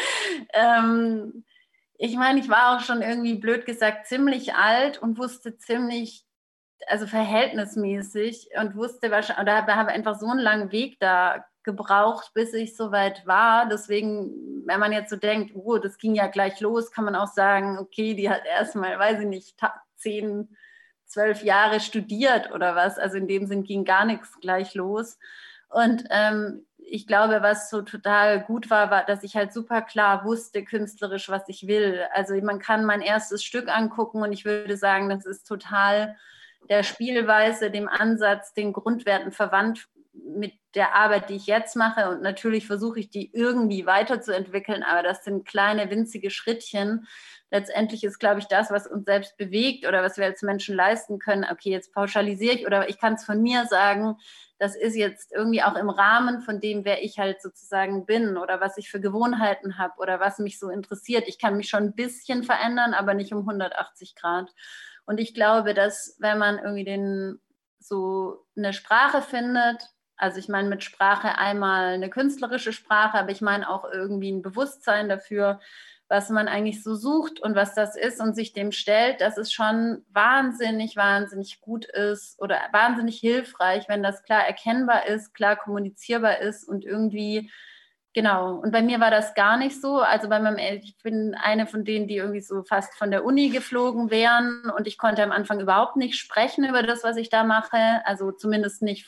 Ich meine, ich war auch schon irgendwie, blöd gesagt, ziemlich alt und wusste ziemlich, also verhältnismäßig und wusste wahrscheinlich, oder habe einfach so einen langen Weg da gebraucht, bis ich soweit war. Deswegen, wenn man jetzt so denkt, oh, das ging ja gleich los, kann man auch sagen, okay, die hat erstmal, weiß ich nicht, 10, 12 Jahre studiert oder was. Also in dem Sinn ging gar nichts gleich los. Und ich glaube, was so total gut war, dass ich halt super klar wusste, künstlerisch, was ich will. Also man kann mein erstes Stück angucken und ich würde sagen, das ist total der Spielweise, dem Ansatz, den Grundwerten verwandt mit der Arbeit, die ich jetzt mache. Und natürlich versuche ich, die irgendwie weiterzuentwickeln, aber das sind kleine, winzige Schrittchen. Letztendlich ist, glaube ich, das, was uns selbst bewegt oder was wir als Menschen leisten können. Okay, jetzt pauschalisiere ich oder ich kann es von mir sagen, das ist jetzt irgendwie auch im Rahmen von dem, wer ich halt sozusagen bin oder was ich für Gewohnheiten habe oder was mich so interessiert. Ich kann mich schon ein bisschen verändern, aber nicht um 180 Grad. Und ich glaube, dass wenn man irgendwie so eine Sprache findet, also ich meine mit Sprache einmal eine künstlerische Sprache, aber ich meine auch irgendwie ein Bewusstsein dafür, was man eigentlich so sucht und was das ist und sich dem stellt, dass es schon wahnsinnig, wahnsinnig gut ist oder wahnsinnig hilfreich, wenn das klar erkennbar ist, klar kommunizierbar ist und irgendwie Genau. Und bei mir war das gar nicht so. Also ich bin eine von denen, die irgendwie so fast von der Uni geflogen wären. Und ich konnte am Anfang überhaupt nicht sprechen über das, was ich da mache. Also zumindest nicht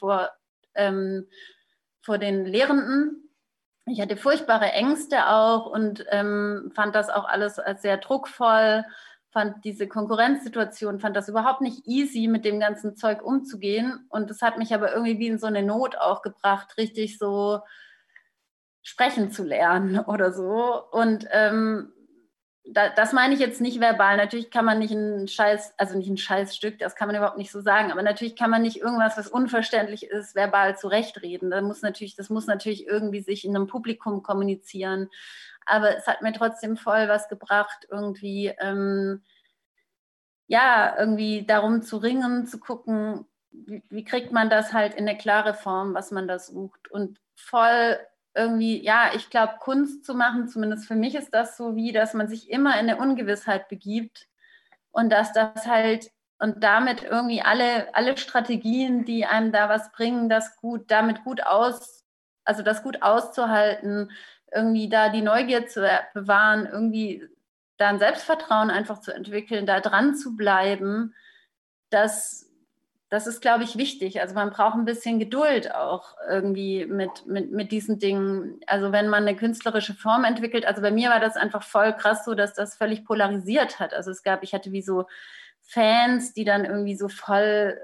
vor den Lehrenden. Ich hatte furchtbare Ängste auch und fand das auch alles als sehr druckvoll, fand diese Konkurrenzsituation, fand das überhaupt nicht easy, mit dem ganzen Zeug umzugehen. Und das hat mich aber irgendwie wie in so eine Not auch gebracht, richtig so sprechen zu lernen oder so. Und das meine ich jetzt nicht verbal. Natürlich kann man nicht nicht ein Scheißstück, das kann man überhaupt nicht so sagen, aber natürlich kann man nicht irgendwas, was unverständlich ist, verbal zurechtreden. Das muss natürlich irgendwie sich in einem Publikum kommunizieren. Aber es hat mir trotzdem voll was gebracht, irgendwie, irgendwie darum zu ringen, zu gucken, wie kriegt man das halt in eine klare Form, was man da sucht. Und voll irgendwie, ja, ich glaube, Kunst zu machen, zumindest für mich ist das so, wie, dass man sich immer in eine Ungewissheit begibt und dass das halt und damit irgendwie alle Strategien, die einem da was bringen, das gut auszuhalten, irgendwie da die Neugier zu bewahren, irgendwie da ein Selbstvertrauen einfach zu entwickeln, da dran zu bleiben, das ist, glaube ich, wichtig. Also man braucht ein bisschen Geduld auch irgendwie mit diesen Dingen. Also wenn man eine künstlerische Form entwickelt, also bei mir war das einfach voll krass so, dass das völlig polarisiert hat. Also ich hatte wie so Fans, die dann irgendwie so voll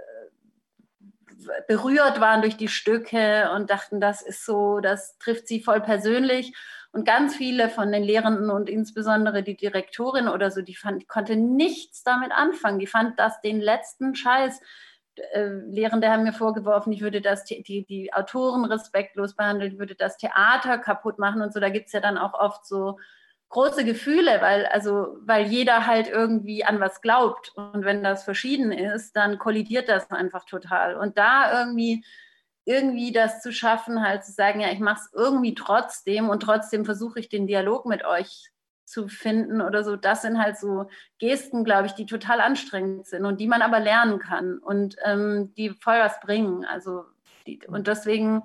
berührt waren durch die Stücke und dachten, das ist so, das trifft sie voll persönlich. Und ganz viele von den Lehrenden und insbesondere die Direktorin oder so, die konnte nichts damit anfangen. Die fand das den letzten Scheiß. Lehrende haben mir vorgeworfen, ich würde die Autoren respektlos behandeln, ich würde das Theater kaputt machen und so. Da gibt es ja dann auch oft so große Gefühle, weil jeder halt irgendwie an was glaubt. Und wenn das verschieden ist, dann kollidiert das einfach total. Und da irgendwie das zu schaffen, halt zu sagen, ja, ich mache es irgendwie trotzdem und trotzdem versuche ich den Dialog mit euch zu finden oder so, das sind halt so Gesten, glaube ich, die total anstrengend sind und die man aber lernen kann und die voll was bringen. Und deswegen,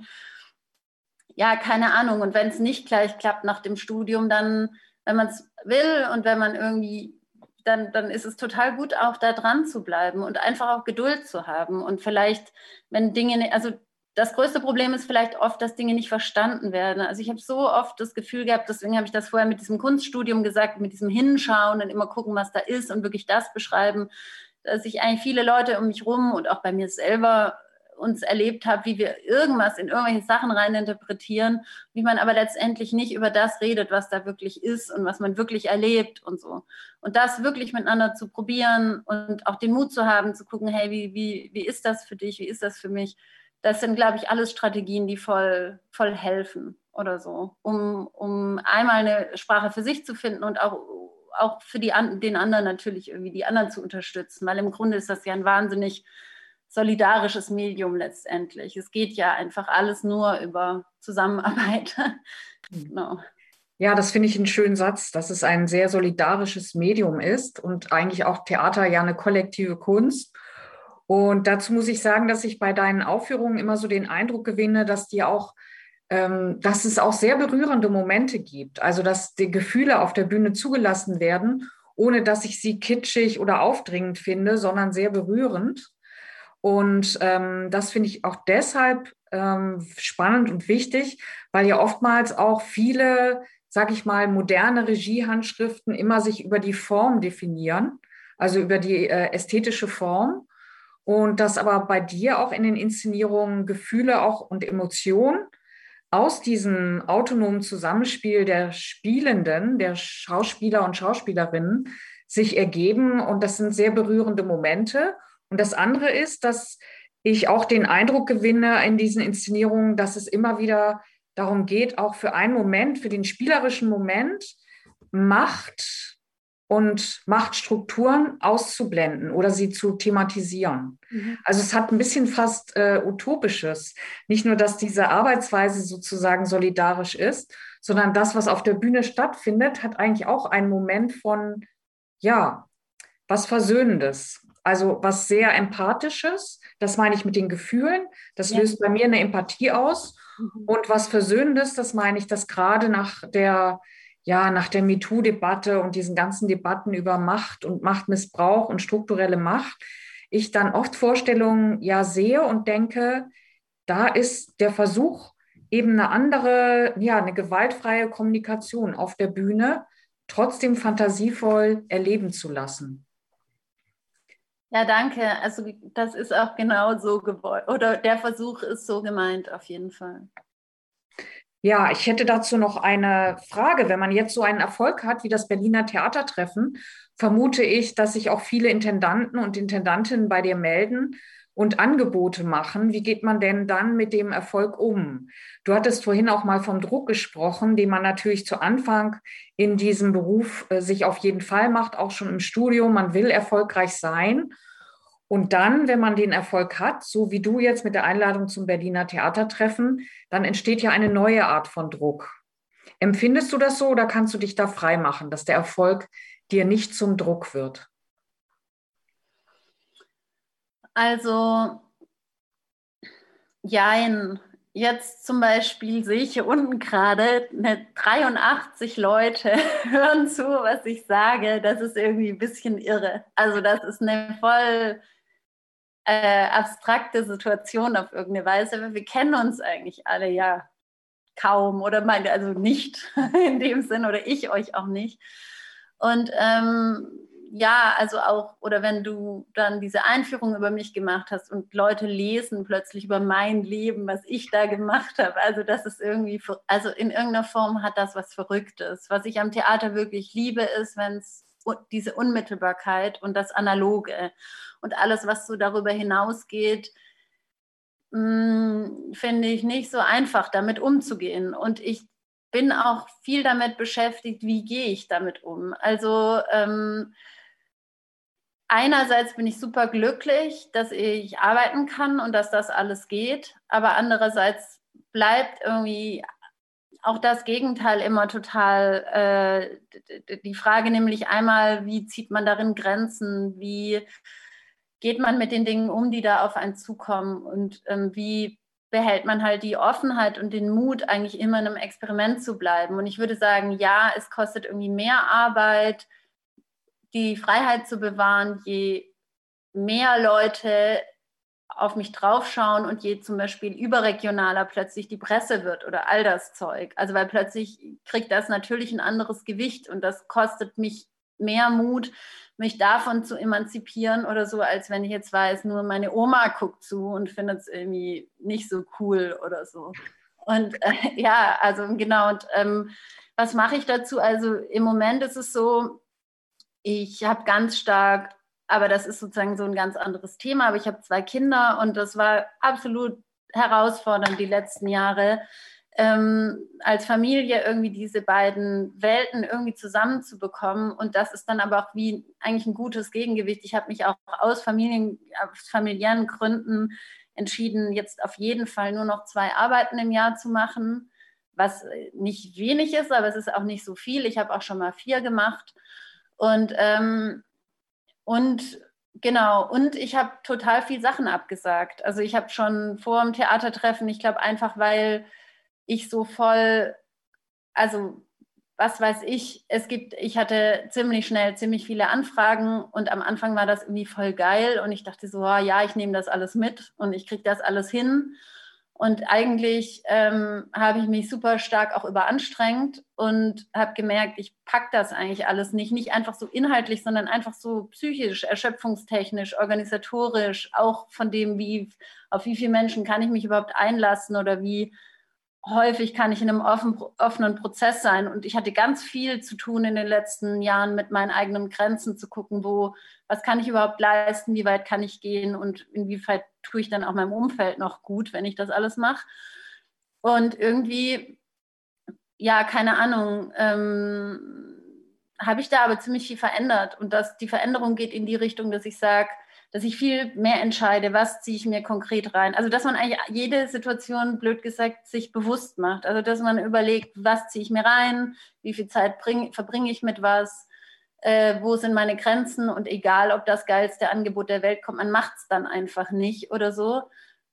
ja, keine Ahnung. Und wenn es nicht gleich klappt nach dem Studium, dann, wenn man es will und wenn man irgendwie, dann ist es total gut, auch da dran zu bleiben und einfach auch Geduld zu haben. Und vielleicht, wenn Dinge, also das größte Problem ist vielleicht oft, dass Dinge nicht verstanden werden. Also ich habe so oft das Gefühl gehabt, deswegen habe ich das vorher mit diesem Kunststudium gesagt, mit diesem Hinschauen und immer gucken, was da ist und wirklich das beschreiben, dass ich eigentlich viele Leute um mich rum und auch bei mir selber uns erlebt habe, wie wir irgendwas in irgendwelche Sachen reininterpretieren, wie man aber letztendlich nicht über das redet, was da wirklich ist und was man wirklich erlebt und so. Und das wirklich miteinander zu probieren und auch den Mut zu haben, zu gucken, hey, wie ist das für dich, wie ist das für mich? Das sind, glaube ich, alles Strategien, die voll helfen oder so, um einmal eine Sprache für sich zu finden und auch für den anderen natürlich irgendwie die anderen zu unterstützen, weil im Grunde ist das ja ein wahnsinnig solidarisches Medium letztendlich. Es geht ja einfach alles nur über Zusammenarbeit. Genau. Ja, das finde ich einen schönen Satz, dass es ein sehr solidarisches Medium ist und eigentlich auch Theater ja eine kollektive Kunst. Und dazu muss ich sagen, dass ich bei deinen Aufführungen immer so den Eindruck gewinne, dass dass es auch sehr berührende Momente gibt. Also, dass die Gefühle auf der Bühne zugelassen werden, ohne dass ich sie kitschig oder aufdringend finde, sondern sehr berührend. Und das finde ich auch deshalb spannend und wichtig, weil ja oftmals auch viele, sag ich mal, moderne Regiehandschriften immer sich über die Form definieren, also über die ästhetische Form. Und dass aber bei dir auch in den Inszenierungen Gefühle auch und Emotionen aus diesem autonomen Zusammenspiel der Spielenden, der Schauspieler und Schauspielerinnen sich ergeben. Und das sind sehr berührende Momente. Und das andere ist, dass ich auch den Eindruck gewinne in diesen Inszenierungen, dass es immer wieder darum geht, auch für einen Moment, für den spielerischen Moment, Macht und Machtstrukturen auszublenden oder sie zu thematisieren. Mhm. Also es hat ein bisschen fast Utopisches. Nicht nur, dass diese Arbeitsweise sozusagen solidarisch ist, sondern das, was auf der Bühne stattfindet, hat eigentlich auch einen Moment von, ja, was Versöhnendes. Also was sehr Empathisches, das meine ich mit den Gefühlen. Das löst bei mir eine Empathie aus. Mhm. Und was Versöhnendes, das meine ich, dass gerade nach der MeToo-Debatte und diesen ganzen Debatten über Macht und Machtmissbrauch und strukturelle Macht, ich dann oft Vorstellungen ja sehe und denke, da ist der Versuch, eben eine andere, ja, eine gewaltfreie Kommunikation auf der Bühne trotzdem fantasievoll erleben zu lassen. Ja, danke. Also das ist auch genau so gewollt. Oder der Versuch ist so gemeint, auf jeden Fall. Ja, ich hätte dazu noch eine Frage. Wenn man jetzt so einen Erfolg hat wie das Berliner Theatertreffen, vermute ich, dass sich auch viele Intendanten und Intendantinnen bei dir melden und Angebote machen. Wie geht man denn dann mit dem Erfolg um? Du hattest vorhin auch mal vom Druck gesprochen, den man natürlich zu Anfang in diesem Beruf sich auf jeden Fall macht, auch schon im Studium. Man will erfolgreich sein. Und dann, wenn man den Erfolg hat, so wie du jetzt mit der Einladung zum Berliner Theatertreffen, dann entsteht ja eine neue Art von Druck. Empfindest du das so oder kannst du dich da frei machen, dass der Erfolg dir nicht zum Druck wird? Also, jein. Jetzt zum Beispiel sehe ich hier unten gerade, 83 Leute hören zu, was ich sage. Das ist irgendwie ein bisschen irre. Also das ist eine voll abstrakte Situation auf irgendeine Weise. Aber wir kennen uns eigentlich alle ja kaum oder meine, also nicht in dem Sinn oder ich euch auch nicht. Und ja, also auch, oder wenn du dann diese Einführung über mich gemacht hast und Leute lesen plötzlich über mein Leben, was ich da gemacht habe, also das ist irgendwie, also in irgendeiner Form hat das was Verrücktes. Was ich am Theater wirklich liebe, ist, wenn es diese Unmittelbarkeit und das Analoge und alles, was so darüber hinausgeht, finde ich nicht so einfach, damit umzugehen. Und ich bin auch viel damit beschäftigt, wie gehe ich damit um. Also einerseits bin ich super glücklich, dass ich arbeiten kann und dass das alles geht, aber andererseits bleibt irgendwie auch das Gegenteil immer total die Frage, nämlich einmal, wie zieht man darin Grenzen, wie geht man mit den Dingen um, die da auf einen zukommen und wie behält man halt die Offenheit und den Mut, eigentlich immer in einem Experiment zu bleiben. Und ich würde sagen, ja, es kostet irgendwie mehr Arbeit, die Freiheit zu bewahren, je mehr Leute auf mich draufschauen und je zum Beispiel überregionaler plötzlich die Presse wird oder all das Zeug. Also weil plötzlich kriegt das natürlich ein anderes Gewicht und das kostet mich mehr Mut, mich davon zu emanzipieren oder so, als wenn ich jetzt weiß, nur meine Oma guckt zu und findet es irgendwie nicht so cool oder so. Und ja, also genau. Und was mache ich dazu? Also im Moment ist es so, ich habe ganz stark, aber das ist sozusagen so ein ganz anderes Thema, aber ich habe 2 Kinder und das war absolut herausfordernd die letzten Jahre, als Familie irgendwie diese beiden Welten irgendwie zusammenzubekommen. Und das ist dann aber auch wie eigentlich ein gutes Gegengewicht. Ich habe mich auch aus familiären Gründen entschieden, jetzt auf jeden Fall nur noch 2 Arbeiten im Jahr zu machen, was nicht wenig ist, aber es ist auch nicht so viel. Ich habe auch schon mal 4 gemacht. Und genau, und ich habe total viel Sachen abgesagt. Also ich habe schon vor dem Theatertreffen, ich glaube einfach, weil ich so voll, also was weiß ich, ich hatte ziemlich schnell ziemlich viele Anfragen und am Anfang war das irgendwie voll geil und ich dachte so, oh, ja, ich nehme das alles mit und ich kriege das alles hin. Und eigentlich habe ich mich super stark auch überanstrengt und habe gemerkt, ich packe das eigentlich alles nicht. Nicht einfach so inhaltlich, sondern einfach so psychisch, erschöpfungstechnisch, organisatorisch, auch von dem, auf wie viele Menschen kann ich mich überhaupt einlassen oder wie häufig kann ich in einem offenen Prozess sein. Und ich hatte ganz viel zu tun in den letzten Jahren mit meinen eigenen Grenzen zu gucken, was kann ich überhaupt leisten, wie weit kann ich gehen und inwieweit tue ich dann auch meinem Umfeld noch gut, wenn ich das alles mache. Und irgendwie, ja, keine Ahnung, habe ich da aber ziemlich viel verändert. Und die Veränderung geht in die Richtung, dass ich sage, dass ich viel mehr entscheide, was ziehe ich mir konkret rein. Also, dass man eigentlich jede Situation, blöd gesagt, sich bewusst macht. Also, dass man überlegt, was ziehe ich mir rein, wie viel Zeit verbringe ich mit was, wo sind meine Grenzen und egal, ob das geilste Angebot der Welt kommt, man macht es dann einfach nicht oder so.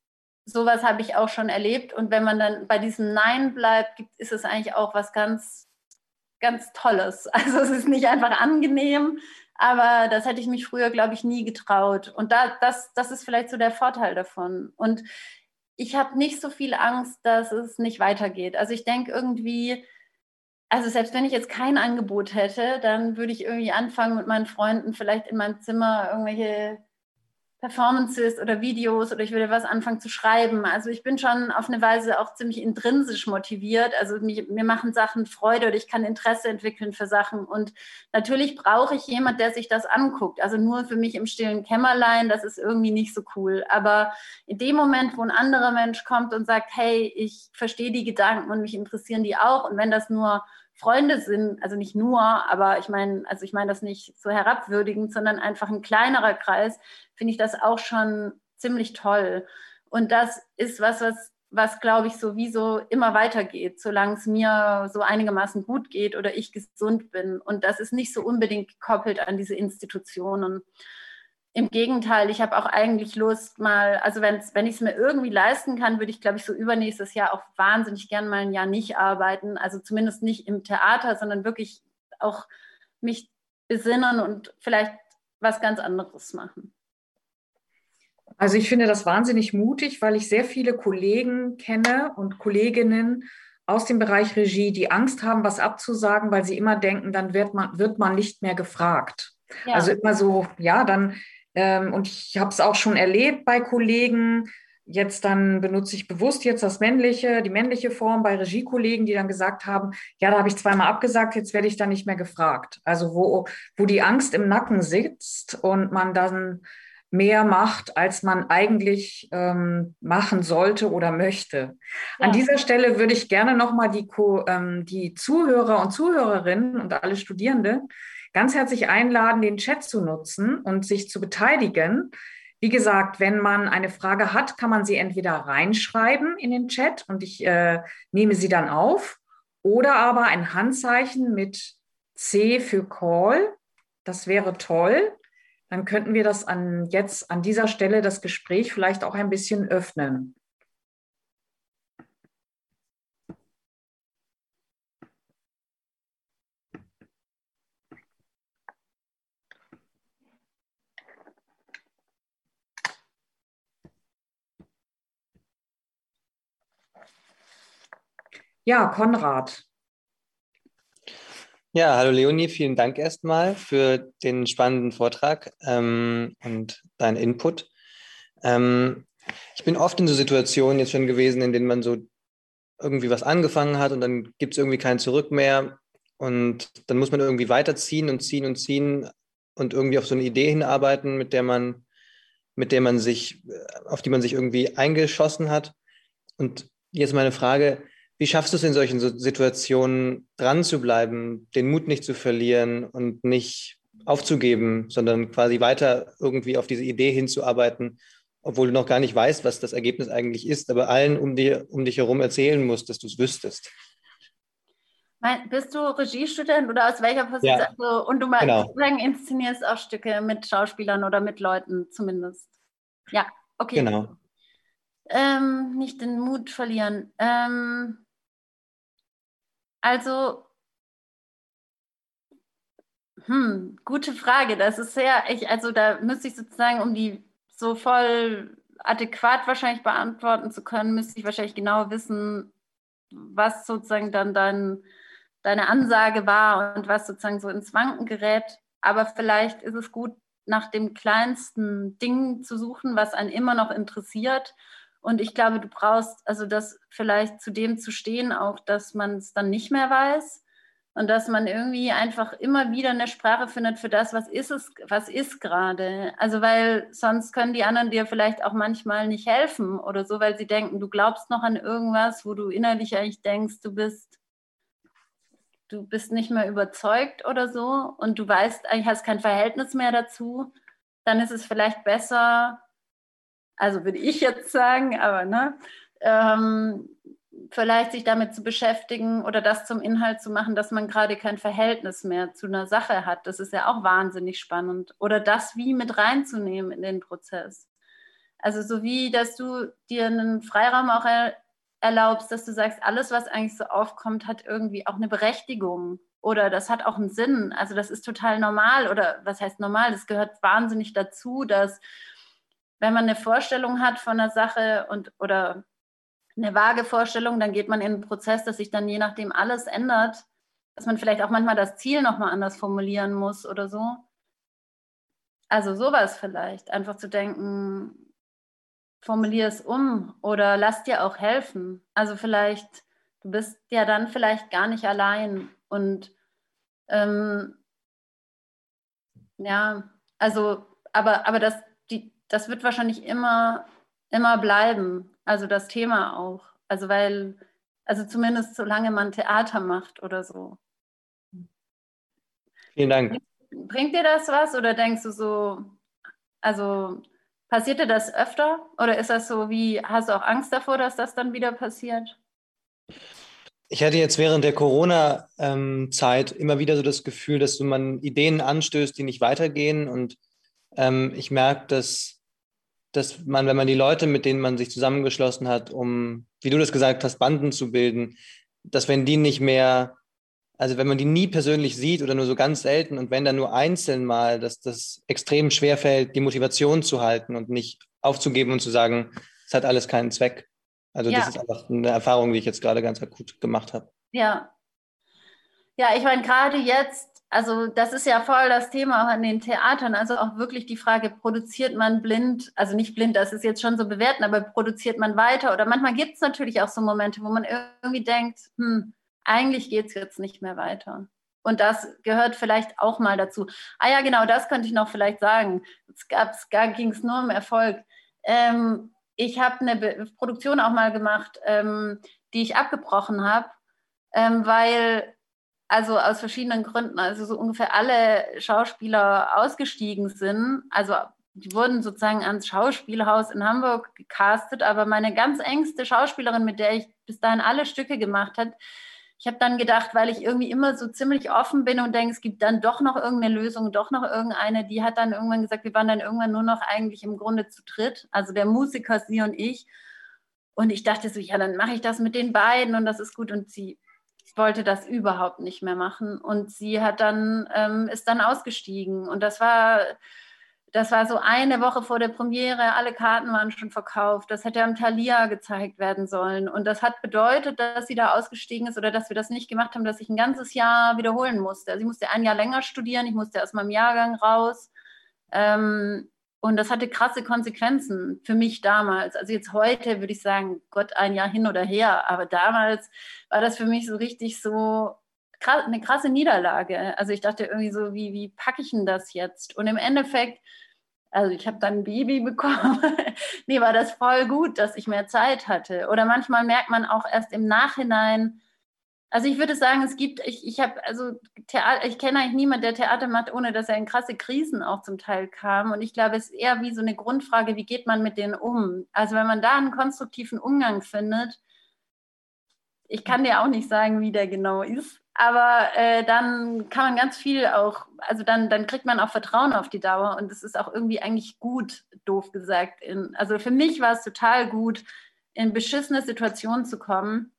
sowas habe ich auch schon erlebt. Und wenn man dann bei diesem Nein bleibt, ist es eigentlich auch was ganz, ganz Tolles. Also es ist nicht einfach angenehm, aber das hätte ich mich früher, glaube ich, nie getraut. Und das ist vielleicht so der Vorteil davon. Und ich habe nicht so viel Angst, dass es nicht weitergeht. Also ich denke irgendwie, also selbst wenn ich jetzt kein Angebot hätte, dann würde ich irgendwie anfangen mit meinen Freunden vielleicht in meinem Zimmer irgendwelche Performances oder Videos, oder ich würde was anfangen zu schreiben. Also ich bin schon auf eine Weise auch ziemlich intrinsisch motiviert. Also mir machen Sachen Freude oder ich kann Interesse entwickeln für Sachen. Und natürlich brauche ich jemanden, der sich das anguckt. Also nur für mich im stillen Kämmerlein, das ist irgendwie nicht so cool. Aber in dem Moment, wo ein anderer Mensch kommt und sagt, hey, ich verstehe die Gedanken und mich interessieren die auch. Und wenn das nur Freunde sind, also nicht nur, aber ich meine das nicht so herabwürdigend, sondern einfach ein kleinerer Kreis, finde ich das auch schon ziemlich toll. Und das ist was glaube ich, sowieso immer weitergeht, solange es mir so einigermaßen gut geht oder ich gesund bin. Und das ist nicht so unbedingt gekoppelt an diese Institutionen. Im Gegenteil, ich habe auch eigentlich Lust mal, also wenn ich es mir irgendwie leisten kann, würde ich, glaube ich, so übernächstes Jahr auch wahnsinnig gern mal ein Jahr nicht arbeiten. Also zumindest nicht im Theater, sondern wirklich auch mich besinnen und vielleicht was ganz anderes machen. Also ich finde das wahnsinnig mutig, weil ich sehr viele Kollegen kenne und Kolleginnen aus dem Bereich Regie, die Angst haben, was abzusagen, weil sie immer denken, dann wird man nicht mehr gefragt. Ja. Also immer so, ja, dann, und ich habe es auch schon erlebt bei Kollegen, jetzt dann benutze ich bewusst jetzt die männliche Form bei Regiekollegen, die dann gesagt haben, ja, da habe ich zweimal abgesagt, jetzt werde ich dann nicht mehr gefragt. Also wo die Angst im Nacken sitzt und man dann mehr macht, als man eigentlich machen sollte oder möchte. Ja. An dieser Stelle würde ich gerne nochmal die Zuhörer und Zuhörerinnen und alle Studierende ganz herzlich einladen, den Chat zu nutzen und sich zu beteiligen. Wie gesagt, wenn man eine Frage hat, kann man sie entweder reinschreiben in den Chat und ich nehme sie dann auf, oder aber ein Handzeichen mit C für Call. Das wäre toll. Dann könnten wir das jetzt an dieser Stelle das Gespräch vielleicht auch ein bisschen öffnen. Ja, Konrad. Ja, hallo Leonie, vielen Dank erstmal für den spannenden Vortrag und deinen Input. Ich bin oft in so Situationen jetzt schon gewesen, in denen man so irgendwie was angefangen hat und dann gibt es irgendwie kein Zurück mehr und dann muss man irgendwie weiterziehen und ziehen und ziehen und irgendwie auf so eine Idee hinarbeiten, auf die man sich irgendwie eingeschossen hat. Und jetzt meine Frage: Wie schaffst du es in solchen Situationen, dran zu bleiben, den Mut nicht zu verlieren und nicht aufzugeben, sondern quasi weiter irgendwie auf diese Idee hinzuarbeiten, obwohl du noch gar nicht weißt, was das Ergebnis eigentlich ist, aber allen um dich herum erzählen musst, dass du es wüsstest? Bist du Regiestudent oder aus welcher Position? Ja, also, und du genau. inszenierst auch Stücke mit Schauspielern oder mit Leuten zumindest. Ja, okay. Genau. Nicht den Mut verlieren. Also, gute Frage. Das ist also da müsste ich sozusagen, um die so voll adäquat wahrscheinlich beantworten zu können, müsste ich wahrscheinlich genau wissen, was sozusagen dann deine Ansage war und was sozusagen so ins Wanken gerät. Aber vielleicht ist es gut, nach dem kleinsten Ding zu suchen, was einen immer noch interessiert. Und ich glaube, du brauchst also das vielleicht zu dem zu stehen, auch dass man es dann nicht mehr weiß und dass man irgendwie einfach immer wieder eine Sprache findet für das, was ist gerade. Also weil sonst können die anderen dir vielleicht auch manchmal nicht helfen oder so, weil sie denken, du glaubst noch an irgendwas, wo du innerlich eigentlich denkst, du bist nicht mehr überzeugt oder so und du weißt, eigentlich hast kein Verhältnis mehr dazu, dann ist es vielleicht besser, also würde ich jetzt sagen, aber vielleicht sich damit zu beschäftigen oder das zum Inhalt zu machen, dass man gerade kein Verhältnis mehr zu einer Sache hat. Das ist ja auch wahnsinnig spannend. Oder das wie mit reinzunehmen in den Prozess. Also so wie, dass du dir einen Freiraum auch erlaubst, dass du sagst, alles, was eigentlich so aufkommt, hat irgendwie auch eine Berechtigung oder das hat auch einen Sinn. Also das ist total normal oder was heißt normal? Das gehört wahnsinnig dazu, dass wenn man eine Vorstellung hat von einer Sache oder eine vage Vorstellung, dann geht man in einen Prozess, dass sich dann je nachdem alles ändert, dass man vielleicht auch manchmal das Ziel nochmal anders formulieren muss oder so. Also sowas vielleicht, einfach zu denken, formulier es um oder lass dir auch helfen. Also vielleicht, du bist ja dann vielleicht gar nicht allein und ja, also, aber das wird wahrscheinlich immer bleiben, also das Thema auch. Also also zumindest solange man Theater macht oder so. Vielen Dank. Bringt dir das was oder denkst du so, also passiert dir das öfter oder ist das so wie, hast du auch Angst davor, dass das dann wieder passiert? Ich hatte jetzt während der Corona-Zeit immer wieder so das Gefühl, dass man Ideen anstößt, die nicht weitergehen. Und ich merke, dass man, wenn man die Leute, mit denen man sich zusammengeschlossen hat, um, wie du das gesagt hast, Banden zu bilden, dass wenn die nicht mehr, also wenn man die nie persönlich sieht oder nur so ganz selten und wenn dann nur einzeln mal, dass das extrem schwer fällt, die Motivation zu halten und nicht aufzugeben und zu sagen, es hat alles keinen Zweck. Also das Ja, ist einfach eine Erfahrung, die ich jetzt gerade ganz akut gemacht habe. ja. Ja, ich meine, gerade jetzt, also das ist ja voll das Thema auch in den Theatern, also auch wirklich die Frage, produziert man blind, also nicht blind, das ist jetzt schon so bewerten, aber produziert man weiter? Oder manchmal gibt es natürlich auch so Momente, wo man irgendwie denkt, eigentlich geht es jetzt nicht mehr weiter. Und das gehört vielleicht auch mal dazu. Ah ja, genau, das könnte ich noch vielleicht sagen. Ging es nur um Erfolg. Ich habe eine Produktion auch mal gemacht, die ich abgebrochen habe, weil also aus verschiedenen Gründen, also so ungefähr alle Schauspieler ausgestiegen sind. Also die wurden sozusagen ans Schauspielhaus in Hamburg gecastet, aber meine ganz engste Schauspielerin, mit der ich bis dahin alle Stücke gemacht habe, ich habe dann gedacht, weil ich irgendwie immer so ziemlich offen bin und denke, es gibt dann doch noch irgendeine Lösung, doch noch irgendeine, die hat dann irgendwann gesagt, wir waren dann irgendwann nur noch eigentlich im Grunde zu dritt, also der Musiker, sie und ich. Und ich dachte so, ja, dann mache ich das mit den beiden und das ist gut. Und sie wollte das überhaupt nicht mehr machen und sie hat dann ist dann ausgestiegen und das war so eine Woche vor der Premiere, alle Karten waren schon verkauft, das hätte am Thalia gezeigt werden sollen und das hat bedeutet, dass sie da ausgestiegen ist oder dass wir das nicht gemacht haben, dass ich ein ganzes Jahr wiederholen musste. Also ich musste ein Jahr länger studieren, ich musste aus meinem Jahrgang raus und das hatte krasse Konsequenzen für mich damals. Also jetzt heute würde ich sagen, Gott, ein Jahr hin oder her. Aber damals war das für mich so richtig so eine krasse Niederlage. Also ich dachte irgendwie so, wie packe ich denn das jetzt? Und im Endeffekt, also ich habe dann ein Baby bekommen. Nee, war das voll gut, dass ich mehr Zeit hatte. Oder manchmal merkt man auch erst im Nachhinein, also ich würde sagen, ich habe, also Theater, ich kenne eigentlich niemanden, der Theater macht, ohne dass er in krasse Krisen auch zum Teil kam. Und ich glaube, es ist eher wie so eine Grundfrage, wie geht man mit denen um? Also wenn man da einen konstruktiven Umgang findet, ich kann dir auch nicht sagen, wie der genau ist, aber dann kann man ganz viel auch, also dann kriegt man auch Vertrauen auf die Dauer und es ist auch irgendwie eigentlich gut, doof gesagt. Also für mich war es total gut, in beschissene Situationen zu kommen,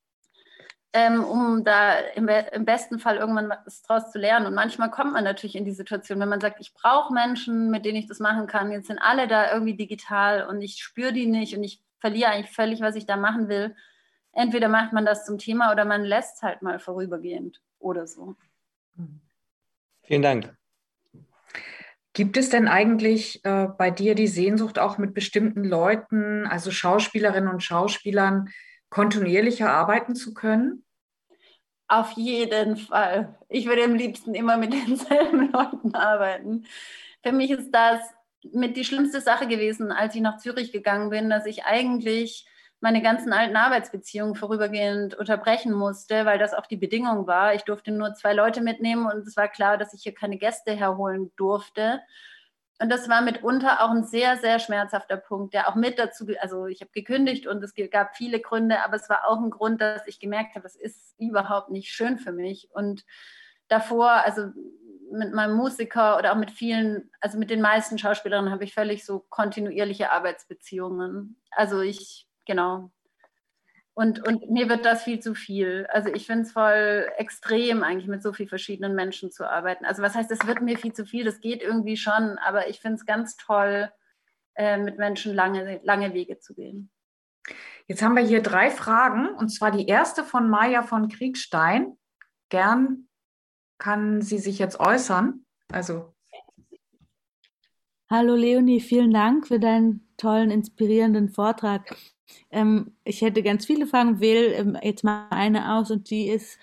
um da im besten Fall irgendwann was draus zu lernen. Und manchmal kommt man natürlich in die Situation, wenn man sagt, ich brauche Menschen, mit denen ich das machen kann. Jetzt sind alle da irgendwie digital und ich spüre die nicht und ich verliere eigentlich völlig, was ich da machen will. Entweder macht man das zum Thema oder man lässt es halt mal vorübergehend oder so. Vielen Dank. Gibt es denn eigentlich bei dir die Sehnsucht, auch mit bestimmten Leuten, also Schauspielerinnen und Schauspielern, kontinuierlicher arbeiten zu können? Auf jeden Fall. Ich würde am liebsten immer mit denselben Leuten arbeiten. Für mich ist das mit die schlimmste Sache gewesen, als ich nach Zürich gegangen bin, dass ich eigentlich meine ganzen alten Arbeitsbeziehungen vorübergehend unterbrechen musste, weil das auch die Bedingung war. Ich durfte nur 2 Leute mitnehmen und es war klar, dass ich hier keine Gäste herholen durfte. Und das war mitunter auch ein sehr, sehr schmerzhafter Punkt, der auch mit dazu, also ich habe gekündigt und es gab viele Gründe, aber es war auch ein Grund, dass ich gemerkt habe, das ist überhaupt nicht schön für mich. Und davor, also mit meinem Musiker oder auch mit vielen, also mit den meisten Schauspielerinnen habe ich völlig so kontinuierliche Arbeitsbeziehungen. Also genau. Und mir wird das viel zu viel. Also ich finde es voll extrem, eigentlich mit so vielen verschiedenen Menschen zu arbeiten. Also was heißt, es wird mir viel zu viel, das geht irgendwie schon, aber ich finde es ganz toll, mit Menschen lange Wege zu gehen. Jetzt haben wir hier 3 Fragen, und zwar die erste von Maja von Kriegstein. Gern kann sie sich jetzt äußern. Also. Hallo Leonie, vielen Dank für deinen tollen, inspirierenden Vortrag. Ich hätte ganz viele Fragen, wähle jetzt mal eine aus, und die ist,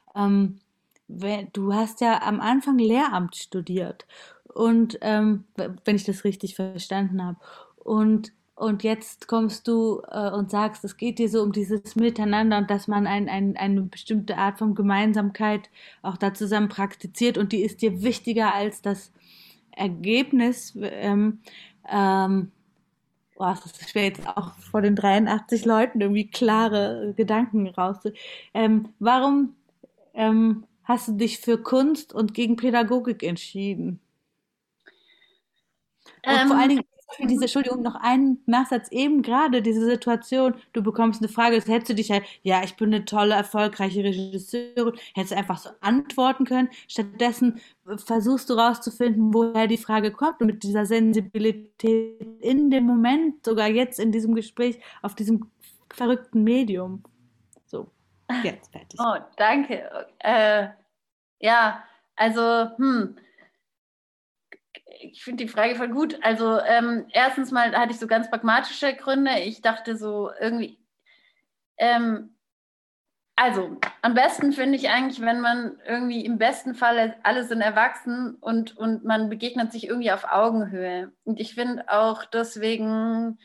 du hast ja am Anfang Lehramt studiert, und wenn ich das richtig verstanden habe. Und jetzt kommst du und sagst, es geht dir so um dieses Miteinander und dass man eine bestimmte Art von Gemeinsamkeit auch da zusammen praktiziert, und die ist dir wichtiger als das Ergebnis. Es ist schwer, jetzt auch vor den 83 Leuten irgendwie klare Gedanken rauszu. Warum hast du dich für Kunst und gegen Pädagogik entschieden? Und vor allen Dingen, Entschuldigung, noch einen Nachsatz, eben gerade diese Situation, du bekommst eine Frage, das hättest du dich ja, ich bin eine tolle, erfolgreiche Regisseurin, hättest du einfach so antworten können. Stattdessen versuchst du rauszufinden, woher die Frage kommt, und mit dieser Sensibilität in dem Moment, sogar jetzt in diesem Gespräch, auf diesem verrückten Medium. So, jetzt fertig. Oh, danke. Ja, also, ich finde die Frage voll gut. Also erstens mal hatte ich so ganz pragmatische Gründe. Ich dachte so irgendwie, also am besten finde ich eigentlich, wenn man irgendwie im besten Fall alle sind erwachsen und man begegnet sich irgendwie auf Augenhöhe. Und ich finde auch deswegen,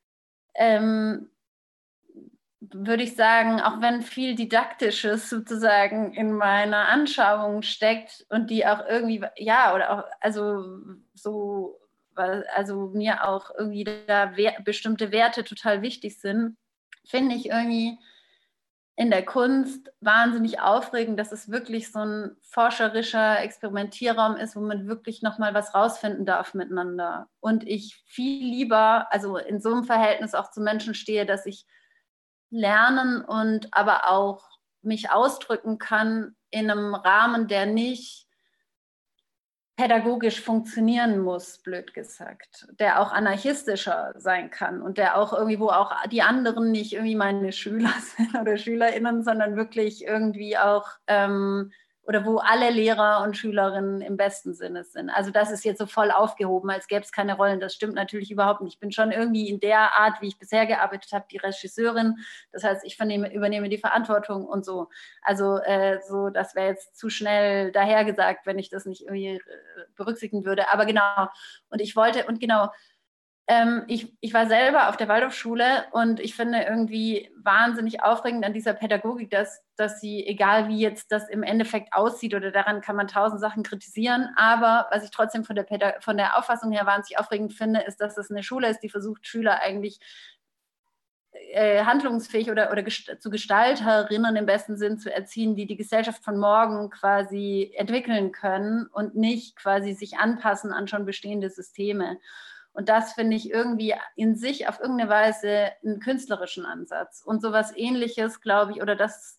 würde ich sagen, auch wenn viel Didaktisches sozusagen in meiner Anschauung steckt und die auch irgendwie, ja, oder auch, also so, also mir auch irgendwie da bestimmte Werte total wichtig sind, finde ich irgendwie in der Kunst wahnsinnig aufregend, dass es wirklich so ein forscherischer Experimentierraum ist, wo man wirklich nochmal was rausfinden darf miteinander. Und ich viel lieber, also in so einem Verhältnis auch zu Menschen stehe, dass ich lernen und aber auch mich ausdrücken kann in einem Rahmen, der nicht pädagogisch funktionieren muss, blöd gesagt, der auch anarchistischer sein kann und der auch irgendwie, wo auch die anderen nicht irgendwie meine Schüler sind oder SchülerInnen, sondern wirklich irgendwie auch oder wo alle Lehrer und Schülerinnen im besten Sinne sind. Also das ist jetzt so voll aufgehoben, als gäbe es keine Rollen. Das stimmt natürlich überhaupt nicht. Ich bin schon irgendwie in der Art, wie ich bisher gearbeitet habe, die Regisseurin. Das heißt, ich übernehme die Verantwortung und so. Also so, das wäre jetzt zu schnell dahergesagt, wenn ich das nicht irgendwie berücksichtigen würde. Aber genau, und ich wollte, und genau, ich war selber auf der Waldorfschule, und ich finde irgendwie wahnsinnig aufregend an dieser Pädagogik, dass sie, egal wie jetzt das im Endeffekt aussieht, oder daran kann man 1000 Sachen kritisieren, aber was ich trotzdem von der Auffassung her wahnsinnig aufregend finde, ist, dass es eine Schule ist, die versucht, Schüler eigentlich handlungsfähig oder zu Gestalterinnen im besten Sinn zu erziehen, die die Gesellschaft von morgen quasi entwickeln können und nicht quasi sich anpassen an schon bestehende Systeme. Und das finde ich irgendwie in sich auf irgendeine Weise einen künstlerischen Ansatz. Und sowas Ähnliches, glaube ich, oder das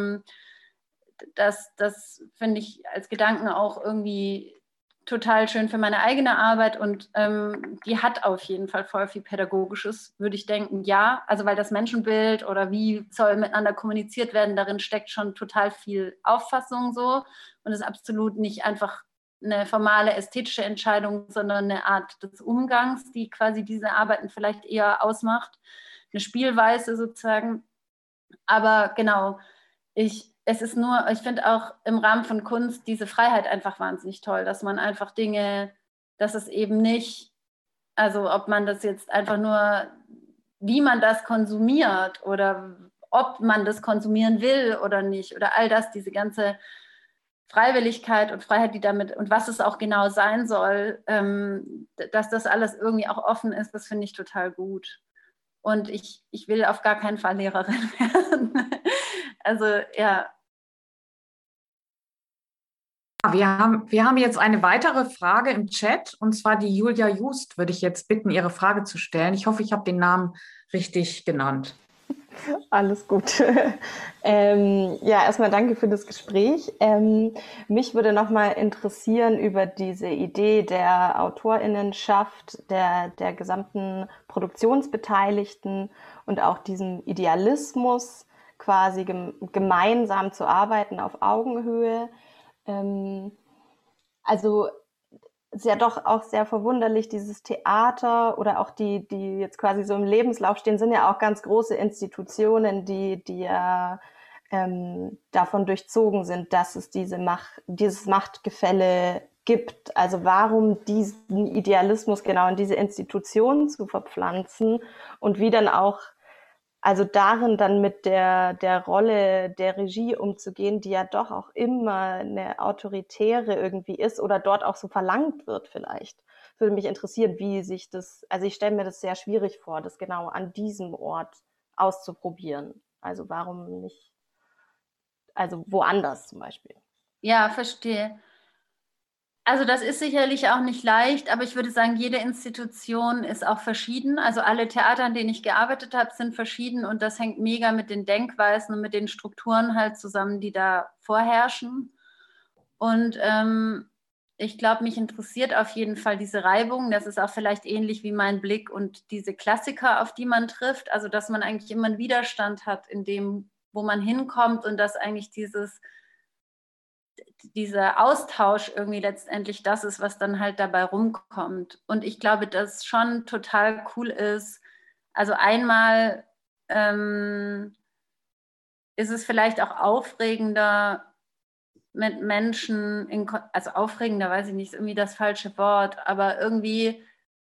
finde ich als Gedanken auch irgendwie total schön für meine eigene Arbeit, und die hat auf jeden Fall voll viel Pädagogisches, würde ich denken, ja. Also weil das Menschenbild oder wie soll miteinander kommuniziert werden, darin steckt schon total viel Auffassung so, und ist absolut nicht einfach eine formale ästhetische Entscheidung, sondern eine Art des Umgangs, die quasi diese Arbeiten vielleicht eher ausmacht, eine Spielweise sozusagen. Aber genau, ich finde auch im Rahmen von Kunst diese Freiheit einfach wahnsinnig toll, dass man einfach Dinge, dass es eben nicht, also ob man das jetzt einfach nur, wie man das konsumiert oder ob man das konsumieren will oder nicht, oder all das, diese ganze Freiwilligkeit und Freiheit, die damit, und was es auch genau sein soll, dass das alles irgendwie auch offen ist, das finde ich total gut. Und ich will auf gar keinen Fall Lehrerin werden. Also ja. Wir haben jetzt eine weitere Frage im Chat, und zwar die Julia Just würde ich jetzt bitten, ihre Frage zu stellen. Ich hoffe, ich habe den Namen richtig genannt. Alles gut. Ja, erstmal danke für das Gespräch. Mich würde nochmal interessieren über diese Idee der AutorInnenschaft, der gesamten Produktionsbeteiligten und auch diesem Idealismus, quasi gemeinsam zu arbeiten auf Augenhöhe. Also ist ja doch auch sehr verwunderlich, dieses Theater oder auch die jetzt quasi so im Lebenslauf stehen, sind ja auch ganz große Institutionen, die ja davon durchzogen sind, dass es dieses Machtgefälle gibt. Also warum diesen Idealismus genau in diese Institutionen zu verpflanzen und wie dann auch also darin dann mit der Rolle der Regie umzugehen, die ja doch auch immer eine autoritäre irgendwie ist oder dort auch so verlangt wird vielleicht. Würde mich interessieren, wie sich das, also ich stelle mir das sehr schwierig vor, das genau an diesem Ort auszuprobieren. Also warum nicht, also woanders zum Beispiel. Ja, verstehe. Also das ist sicherlich auch nicht leicht, aber ich würde sagen, jede Institution ist auch verschieden. Also alle Theater, an denen ich gearbeitet habe, sind verschieden und das hängt mega mit den Denkweisen und mit den Strukturen halt zusammen, die da vorherrschen. Und ich glaube, mich interessiert auf jeden Fall diese Reibung. Das ist auch vielleicht ähnlich wie mein Blick und diese Klassiker, auf die man trifft. Also dass man eigentlich immer einen Widerstand hat in dem, wo man hinkommt und dass eigentlich dieser Austausch irgendwie letztendlich das ist, was dann halt dabei rumkommt. Und ich glaube, dass schon total cool ist. Also einmal ist es vielleicht auch aufregender mit Menschen, also aufregender, weiß ich nicht, ist irgendwie das falsche Wort, aber irgendwie,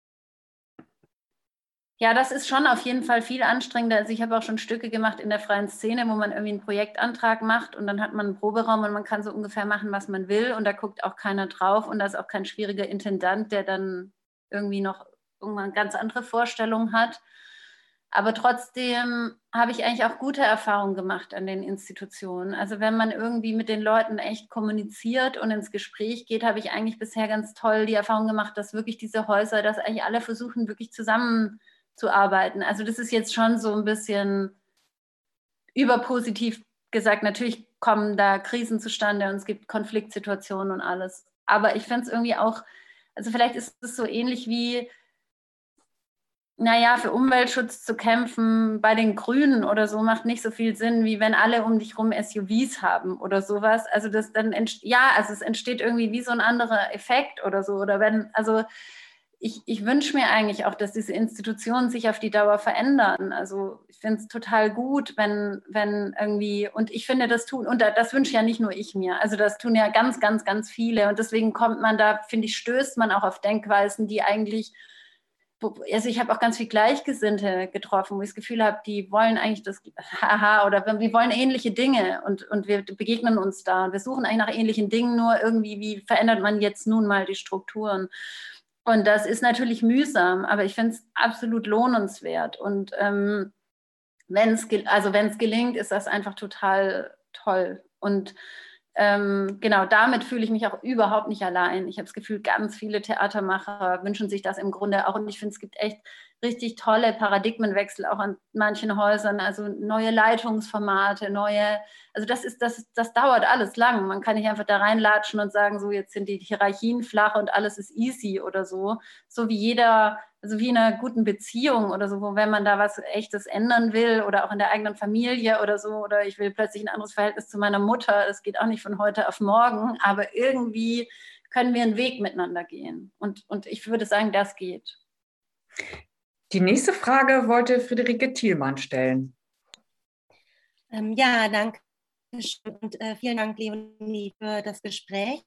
ja, das ist schon auf jeden Fall viel anstrengender. Also ich habe auch schon Stücke gemacht in der freien Szene, wo man irgendwie einen Projektantrag macht und dann hat man einen Proberaum und man kann so ungefähr machen, was man will und da guckt auch keiner drauf und da ist auch kein schwieriger Intendant, der dann irgendwie noch irgendwann ganz andere Vorstellungen hat. Aber trotzdem habe ich eigentlich auch gute Erfahrungen gemacht an den Institutionen. Also wenn man irgendwie mit den Leuten echt kommuniziert und ins Gespräch geht, habe ich eigentlich bisher ganz toll die Erfahrung gemacht, dass wirklich diese Häuser, dass eigentlich alle versuchen, wirklich zusammenzuarbeiten. Also das ist jetzt schon so ein bisschen überpositiv gesagt. Natürlich kommen da Krisen zustande und es gibt Konfliktsituationen und alles. Aber ich finde es irgendwie auch, also vielleicht ist es so ähnlich wie, naja, für Umweltschutz zu kämpfen bei den Grünen oder so macht nicht so viel Sinn, wie wenn alle um dich rum SUVs haben oder sowas. Also das dann also es entsteht irgendwie wie so ein anderer Effekt oder so. Oder wenn, also ich wünsche mir eigentlich auch, dass diese Institutionen sich auf die Dauer verändern. Also ich finde es total gut, wenn irgendwie, und ich finde, das tun, und das wünsche ja nicht nur ich mir, also das tun ja ganz, ganz, ganz viele. Und deswegen kommt man da, finde ich, stößt man auch auf Denkweisen, die eigentlich, also ich habe auch ganz viel Gleichgesinnte getroffen, wo ich das Gefühl habe, die wollen eigentlich das, haha, oder wir wollen ähnliche Dinge und wir begegnen uns da und wir suchen eigentlich nach ähnlichen Dingen, nur irgendwie, wie verändert man jetzt nun mal die Strukturen? Und das ist natürlich mühsam, aber ich finde es absolut lohnenswert und wenn es gelingt, ist das einfach total toll und genau, damit fühle ich mich auch überhaupt nicht allein. Ich habe das Gefühl, ganz viele Theatermacher wünschen sich das im Grunde auch. Und ich finde, es gibt echt richtig tolle Paradigmenwechsel auch an manchen Häusern, also neue Leitungsformate, also das dauert alles lang. Man kann nicht einfach da reinlatschen und sagen, so jetzt sind die Hierarchien flach und alles ist easy oder so. So wie also wie in einer guten Beziehung oder so, wo wenn man da was Echtes ändern will oder auch in der eigenen Familie oder so, oder ich will plötzlich ein anderes Verhältnis zu meiner Mutter, das geht auch nicht von heute auf morgen, aber irgendwie können wir einen Weg miteinander gehen. Und ich würde sagen, das geht. Die nächste Frage wollte Friederike Thielmann stellen. Ja, danke und vielen Dank, Leonie, für das Gespräch.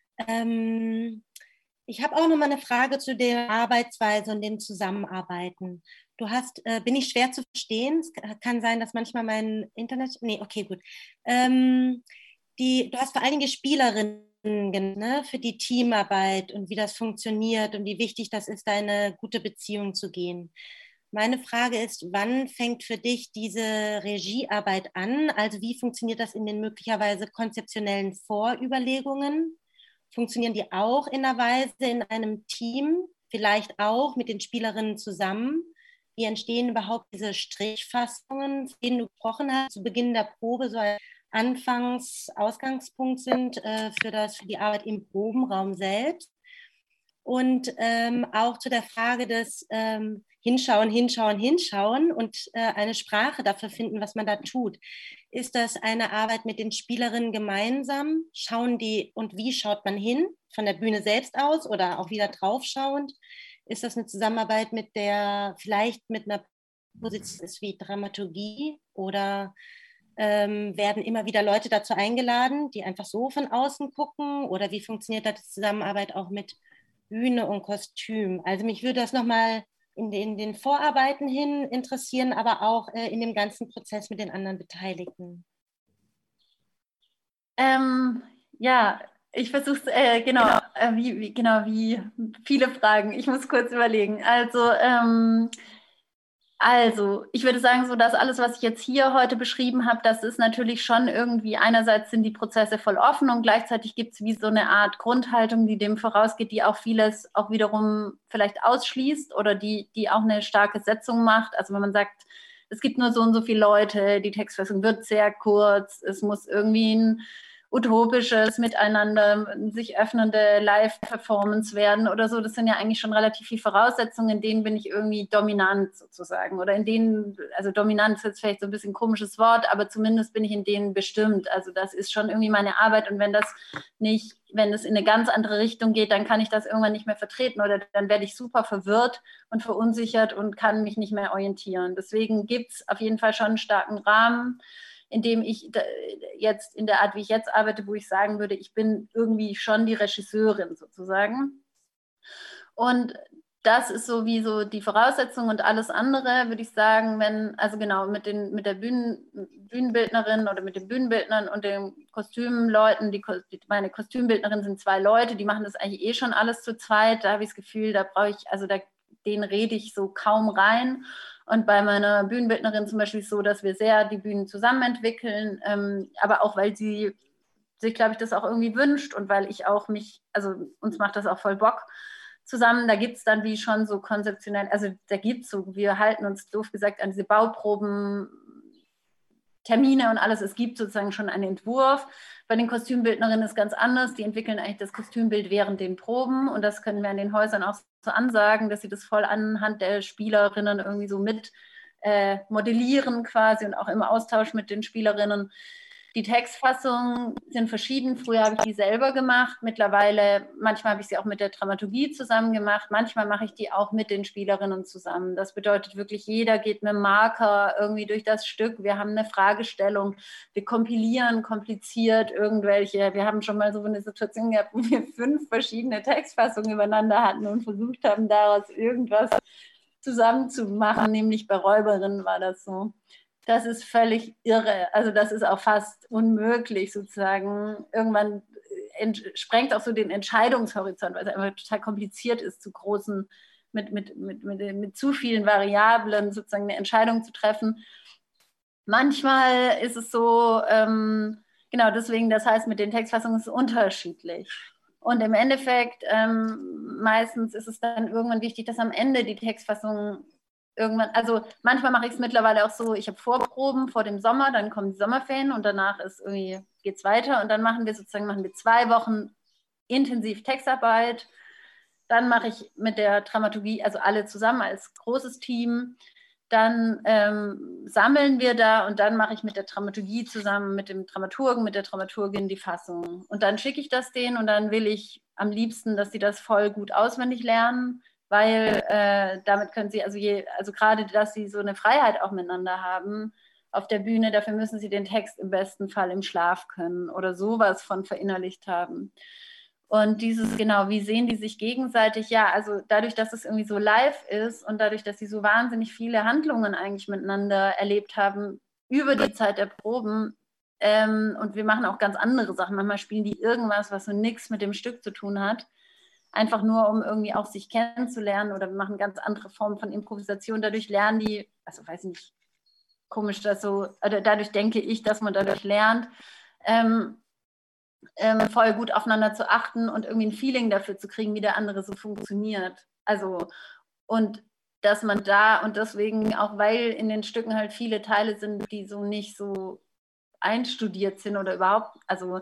Ich habe auch noch mal eine Frage zu der Arbeitsweise und dem Zusammenarbeiten. Bin ich schwer zu verstehen? Es kann sein, dass manchmal mein Internet... Nee, okay, gut. Du hast vor allen Dingen Spielerinnen, ne, für die Teamarbeit und wie das funktioniert und wie wichtig das ist, da in eine gute Beziehung zu gehen. Meine Frage ist, wann fängt für dich diese Regiearbeit an? Also wie funktioniert das in den möglicherweise konzeptionellen Vorüberlegungen? funktionieren die auch in einer Weise in einem Team, vielleicht auch mit den Spielerinnen zusammen? Wie entstehen überhaupt diese Strichfassungen, von denen du gesprochen hast, zu Beginn der Probe, so ein Ausgangspunkt sind für die Arbeit im Probenraum selbst? Und auch zu der Frage des Hinschauen und eine Sprache dafür finden, was man da tut. Ist das eine Arbeit mit den Spielerinnen gemeinsam? Schauen die und wie schaut man hin? Von der Bühne selbst aus oder auch wieder draufschauend? Ist das eine Zusammenarbeit vielleicht mit einer Position wie Dramaturgie oder werden immer wieder Leute dazu eingeladen, die einfach so von außen gucken? Oder wie funktioniert da die Zusammenarbeit auch mit Bühne und Kostüm? Also mich würde das nochmal in den Vorarbeiten hin interessieren, aber auch in dem ganzen Prozess mit den anderen Beteiligten. Ja, ich versuche es, wie viele Fragen. Ich muss kurz überlegen. Also, ich würde sagen, so dass alles, was ich jetzt hier heute beschrieben habe, das ist natürlich schon irgendwie, einerseits sind die Prozesse voll offen und gleichzeitig gibt es wie so eine Art Grundhaltung, die dem vorausgeht, die auch vieles auch wiederum vielleicht ausschließt oder die auch eine starke Setzung macht. Also wenn man sagt, es gibt nur so und so viele Leute, die Textfassung wird sehr kurz, es muss irgendwie ein utopisches Miteinander, sich öffnende Live-Performance werden oder so. Das sind ja eigentlich schon relativ viele Voraussetzungen, in denen bin ich irgendwie dominant sozusagen. Oder in denen, also dominant ist jetzt vielleicht so ein bisschen ein komisches Wort, aber zumindest bin ich in denen bestimmt. Also das ist schon irgendwie meine Arbeit und wenn es in eine ganz andere Richtung geht, dann kann ich das irgendwann nicht mehr vertreten oder dann werde ich super verwirrt und verunsichert und kann mich nicht mehr orientieren. Deswegen gibt es auf jeden Fall schon einen starken Rahmen, in dem ich jetzt in der Art, wie ich jetzt arbeite, wo ich sagen würde, ich bin irgendwie schon die Regisseurin sozusagen. Und das ist sowieso die Voraussetzung und alles andere, würde ich sagen, mit der Bühnenbildnerin oder mit den Bühnenbildnern und den Kostümleuten, meine Kostümbildnerin sind 2 Leute, die machen das eigentlich schon alles zu zweit, da habe ich das Gefühl, denen rede ich so kaum rein. Und bei meiner Bühnenbildnerin zum Beispiel ist es so, dass wir sehr die Bühnen zusammen entwickeln, aber auch, weil sie sich, glaube ich, das auch irgendwie wünscht und weil ich auch uns macht das auch voll Bock zusammen. Da gibt es dann wie schon so konzeptionell, also da gibt es so, wir halten uns doof gesagt an diese Bauproben, Termine und alles. Es gibt sozusagen schon einen Entwurf. Bei den Kostümbildnerinnen ist es ganz anders. Die entwickeln eigentlich das Kostümbild während den Proben und das können wir in den Häusern auch so ansagen, dass sie das voll anhand der Spielerinnen irgendwie so mit modellieren quasi und auch im Austausch mit den Spielerinnen. Die Textfassungen sind verschieden. Früher habe ich die selber gemacht. Mittlerweile, manchmal habe ich sie auch mit der Dramaturgie zusammen gemacht. Manchmal mache ich die auch mit den Spielerinnen zusammen. Das bedeutet wirklich, jeder geht mit dem Marker irgendwie durch das Stück. Wir haben eine Fragestellung. Wir kompilieren kompliziert irgendwelche. Wir haben schon mal so eine Situation gehabt, wo wir 5 verschiedene Textfassungen übereinander hatten und versucht haben, daraus irgendwas zusammen zu machen. Nämlich bei Räuberinnen war das so. Das ist völlig irre. Also das ist auch fast unmöglich sozusagen. Irgendwann sprengt auch so den Entscheidungshorizont, weil es einfach total kompliziert ist, zu großen, mit zu vielen Variablen sozusagen eine Entscheidung zu treffen. Manchmal ist es so, deswegen, das heißt, mit den Textfassungen ist es unterschiedlich. Und im Endeffekt, meistens ist es dann irgendwann wichtig, dass am Ende die Textfassung irgendwann, also manchmal mache ich es mittlerweile auch so, ich habe Vorproben vor dem Sommer, dann kommen die Sommerferien und danach geht es weiter und dann machen wir 2 Wochen intensiv Textarbeit. Dann mache ich mit der Dramaturgie, also alle zusammen als großes Team. Dann sammeln wir da und dann mache ich mit der Dramaturgie zusammen mit dem Dramaturgen, mit der Dramaturgin die Fassung. Und dann schicke ich das denen und dann will ich am liebsten, dass sie das voll gut auswendig lernen, weil damit können sie, also gerade, dass sie so eine Freiheit auch miteinander haben auf der Bühne, dafür müssen sie den Text im besten Fall im Schlaf können oder sowas von verinnerlicht haben. Und wie sehen die sich gegenseitig? Ja, also dadurch, dass es irgendwie so live ist und dadurch, dass sie so wahnsinnig viele Handlungen eigentlich miteinander erlebt haben über die Zeit der Proben, und wir machen auch ganz andere Sachen. Manchmal spielen die irgendwas, was so nichts mit dem Stück zu tun hat, einfach nur, um irgendwie auch sich kennenzulernen, oder wir machen ganz andere Formen von Improvisation. Dadurch lernen die, also weiß nicht, komisch, dass so, oder dadurch denke ich, dass man dadurch lernt. voll gut aufeinander zu achten und irgendwie ein Feeling dafür zu kriegen, wie der andere so funktioniert. Also, und dass man da, und deswegen auch, weil in den Stücken halt viele Teile sind, die so nicht so einstudiert sind oder überhaupt, also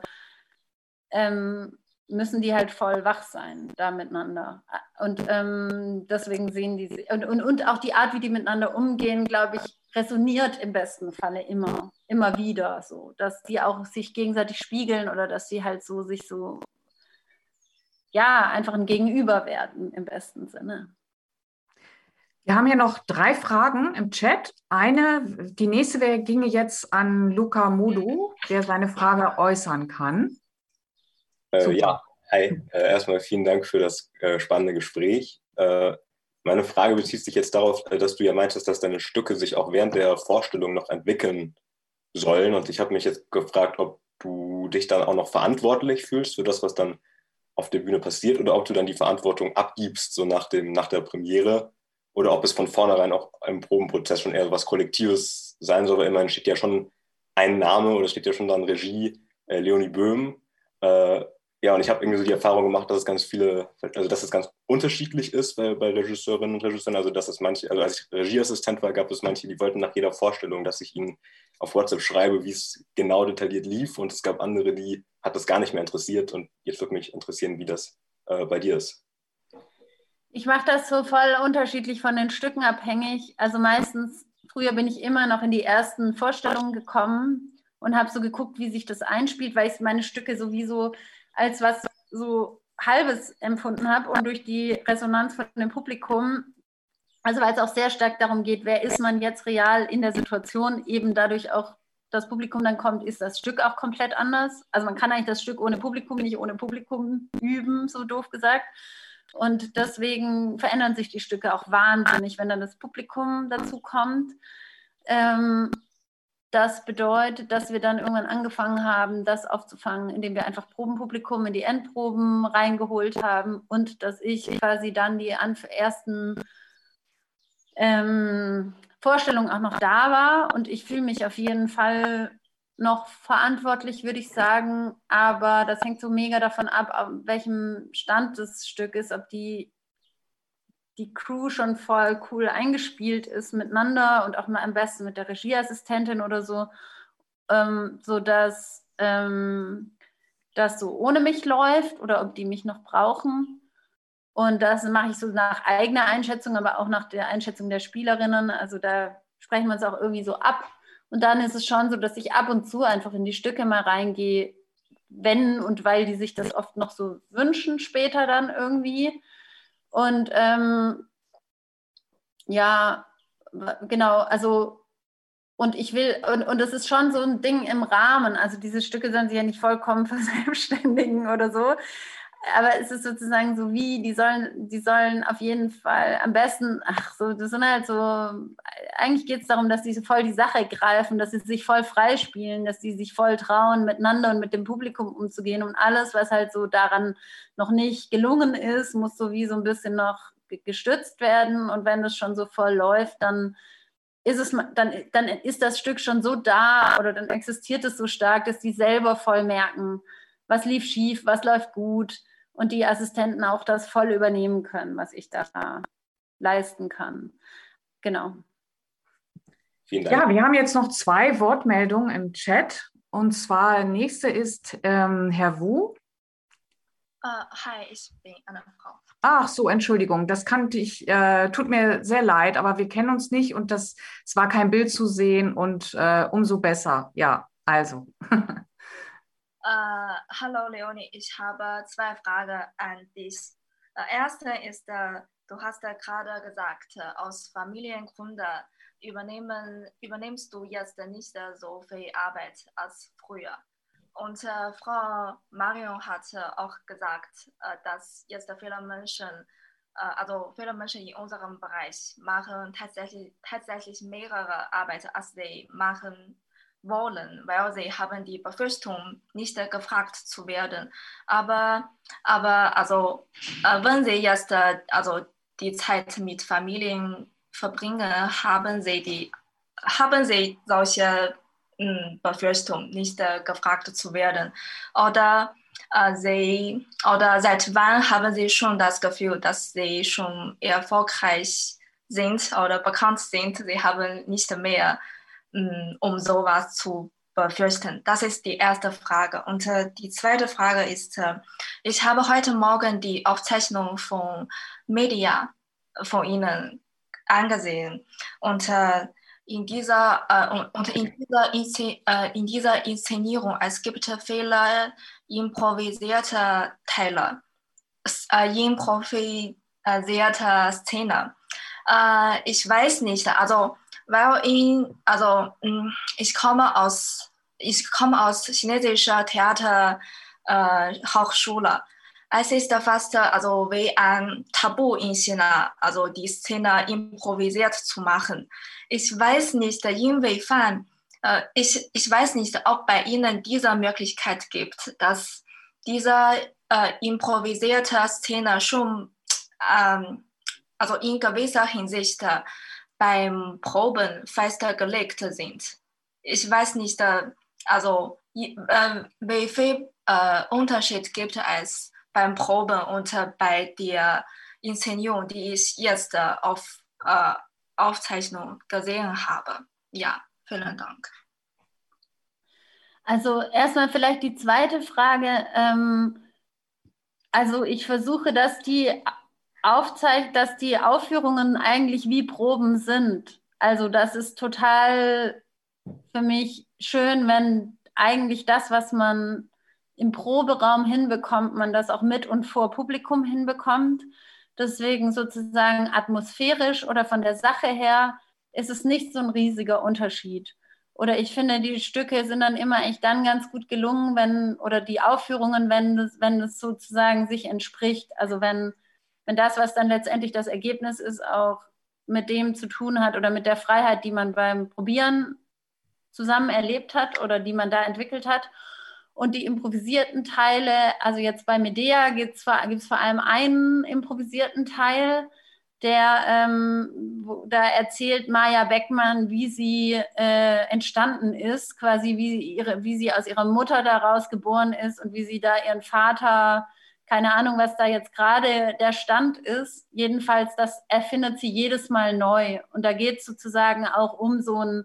müssen die halt voll wach sein da miteinander. Und deswegen sehen die, und auch die Art, wie die miteinander umgehen, glaube ich, resoniert im besten Falle immer wieder so, dass die auch sich gegenseitig spiegeln oder dass die halt so sich so, ja, einfach ein Gegenüber werden im besten Sinne. Wir haben hier noch 3 Fragen im Chat. Die nächste ginge jetzt an Luca Modu, der seine Frage äußern kann. Ja, hi. Erstmal vielen Dank für das spannende Gespräch. Meine Frage bezieht sich jetzt darauf, dass du ja meintest, dass deine Stücke sich auch während der Vorstellung noch entwickeln sollen. Und ich habe mich jetzt gefragt, ob du dich dann auch noch verantwortlich fühlst für das, was dann auf der Bühne passiert, oder ob du dann die Verantwortung abgibst, so nach der Premiere, oder ob es von vornherein auch im Probenprozess schon eher was Kollektives sein soll, weil immerhin steht ja schon ein Name oder steht ja schon dann Regie, Leonie Böhm. Ja, und ich habe irgendwie so die Erfahrung gemacht, dass es ganz unterschiedlich ist bei Regisseurinnen und Regisseuren. Also, dass es manche, also als ich Regieassistent war, gab es manche, die wollten nach jeder Vorstellung, dass ich ihnen auf WhatsApp schreibe, wie es genau detailliert lief. Und es gab andere, die hat das gar nicht mehr interessiert. Und jetzt würde mich interessieren, wie das bei dir ist. Ich mache das so voll unterschiedlich von den Stücken abhängig. Also meistens, früher bin ich immer noch in die ersten Vorstellungen gekommen und habe so geguckt, wie sich das einspielt, weil ich meine Stücke sowieso als was so Halbes empfunden habe und durch die Resonanz von dem Publikum, also weil es auch sehr stark darum geht, wer ist man jetzt real in der Situation, eben dadurch auch das Publikum dann kommt, ist das Stück auch komplett anders. Also man kann eigentlich das Stück ohne Publikum nicht ohne Publikum üben, so doof gesagt. Und deswegen verändern sich die Stücke auch wahnsinnig, wenn dann das Publikum dazu kommt. Das bedeutet, dass wir dann irgendwann angefangen haben, das aufzufangen, indem wir einfach Probenpublikum in die Endproben reingeholt haben und dass ich quasi dann die ersten Vorstellungen auch noch da war. Und ich fühle mich auf jeden Fall noch verantwortlich, würde ich sagen, aber das hängt so mega davon ab, auf welchem Stand das Stück ist, ob die Crew schon voll cool eingespielt ist miteinander und auch mal am besten mit der Regieassistentin oder so, sodass das so ohne mich läuft oder ob die mich noch brauchen. Und das mache ich so nach eigener Einschätzung, aber auch nach der Einschätzung der Spielerinnen. Also da sprechen wir uns auch irgendwie so ab. Und dann ist es schon so, dass ich ab und zu einfach in die Stücke mal reingehe, wenn und weil die sich das oft noch so wünschen später dann irgendwie. Und ja, genau, also und ich will, und das ist schon so ein Ding im Rahmen, also diese Stücke sollen sich ja nicht vollkommen verselbstständigen oder so, aber es ist sozusagen so wie, die sollen auf jeden Fall am besten, das sind halt so, eigentlich geht es darum, dass die so voll die Sache greifen, dass sie sich voll freispielen, dass die sich voll trauen, miteinander und mit dem Publikum umzugehen und alles, was halt so daran noch nicht gelungen ist, muss so wie so ein bisschen noch gestützt werden und wenn das schon so voll läuft, dann ist das Stück schon so da oder dann existiert es so stark, dass die selber voll merken, was lief schief, was läuft gut und die Assistenten auch das voll übernehmen können, was ich da leisten kann. Genau. Vielen Dank. Ja, wir haben jetzt noch 2 Wortmeldungen im Chat und zwar nächste ist Herr Wu. Hi, ich bin eine Frau. Ach so, Entschuldigung, das kannte ich, tut mir sehr leid, aber wir kennen uns nicht und es war kein Bild zu sehen und umso besser. Ja, also. Hallo Leonie, ich habe 2 Fragen an dich. Erste ist, du hast ja gerade gesagt, aus Familiengründen übernimmst du jetzt nicht so viel Arbeit als früher. Und Frau Marion hat auch gesagt, dass jetzt viele Menschen in unserem Bereich machen tatsächlich mehrere Arbeiten, als sie machen wollen, weil sie haben die Befürchtung, nicht gefragt zu werden. Aber wenn sie jetzt die Zeit mit Familien verbringen, haben sie solche Befürchtung, nicht gefragt zu werden. Oder seit wann haben Sie schon das Gefühl, dass Sie schon erfolgreich sind oder bekannt sind? Sie haben nicht mehr, um sowas zu befürchten. Das ist die erste Frage. Und die zweite Frage ist, ich habe heute Morgen die Aufzeichnung von Media von Ihnen angesehen. Und in dieser Inszenierung, es gibt viele improvisierte Teile, improvisierte Szene. Ich weiß nicht, also ich komme aus chinesischer Theater Hochschule. Es ist fast wie ein Tabu in China, also die Szene improvisiert zu machen. Ich weiß nicht, inwiefern, ich weiß nicht, ob bei Ihnen diese Möglichkeit gibt, dass diese improvisierte Szene schon also in gewisser Hinsicht beim Proben festgelegt sind. Ich weiß nicht, wie viel Unterschied gibt es beim Proben und bei der Inszenierung, die ich jetzt auf Aufzeichnung gesehen habe. Ja, vielen Dank. Also erstmal vielleicht die zweite Frage. Also ich versuche, dass die Aufführungen eigentlich wie Proben sind. Also das ist total für mich schön, wenn eigentlich das, was man im Proberaum hinbekommt, man das auch mit und vor Publikum hinbekommt. Deswegen sozusagen atmosphärisch oder von der Sache her ist es nicht so ein riesiger Unterschied. Oder ich finde, die Stücke sind dann immer echt dann ganz gut gelungen, oder die Aufführungen, wenn es sozusagen sich entspricht. Also wenn das, was dann letztendlich das Ergebnis ist, auch mit dem zu tun hat oder mit der Freiheit, die man beim Probieren zusammen erlebt hat oder die man da entwickelt hat. Und die improvisierten Teile, also jetzt bei Medea gibt es vor allem einen improvisierten Teil, da erzählt Maja Beckmann, wie sie entstanden ist, quasi wie sie aus ihrer Mutter daraus geboren ist und wie sie da ihren Vater, keine Ahnung, was da jetzt gerade der Stand ist. Jedenfalls, das erfindet sie jedes Mal neu. Und da geht es sozusagen auch um so ein,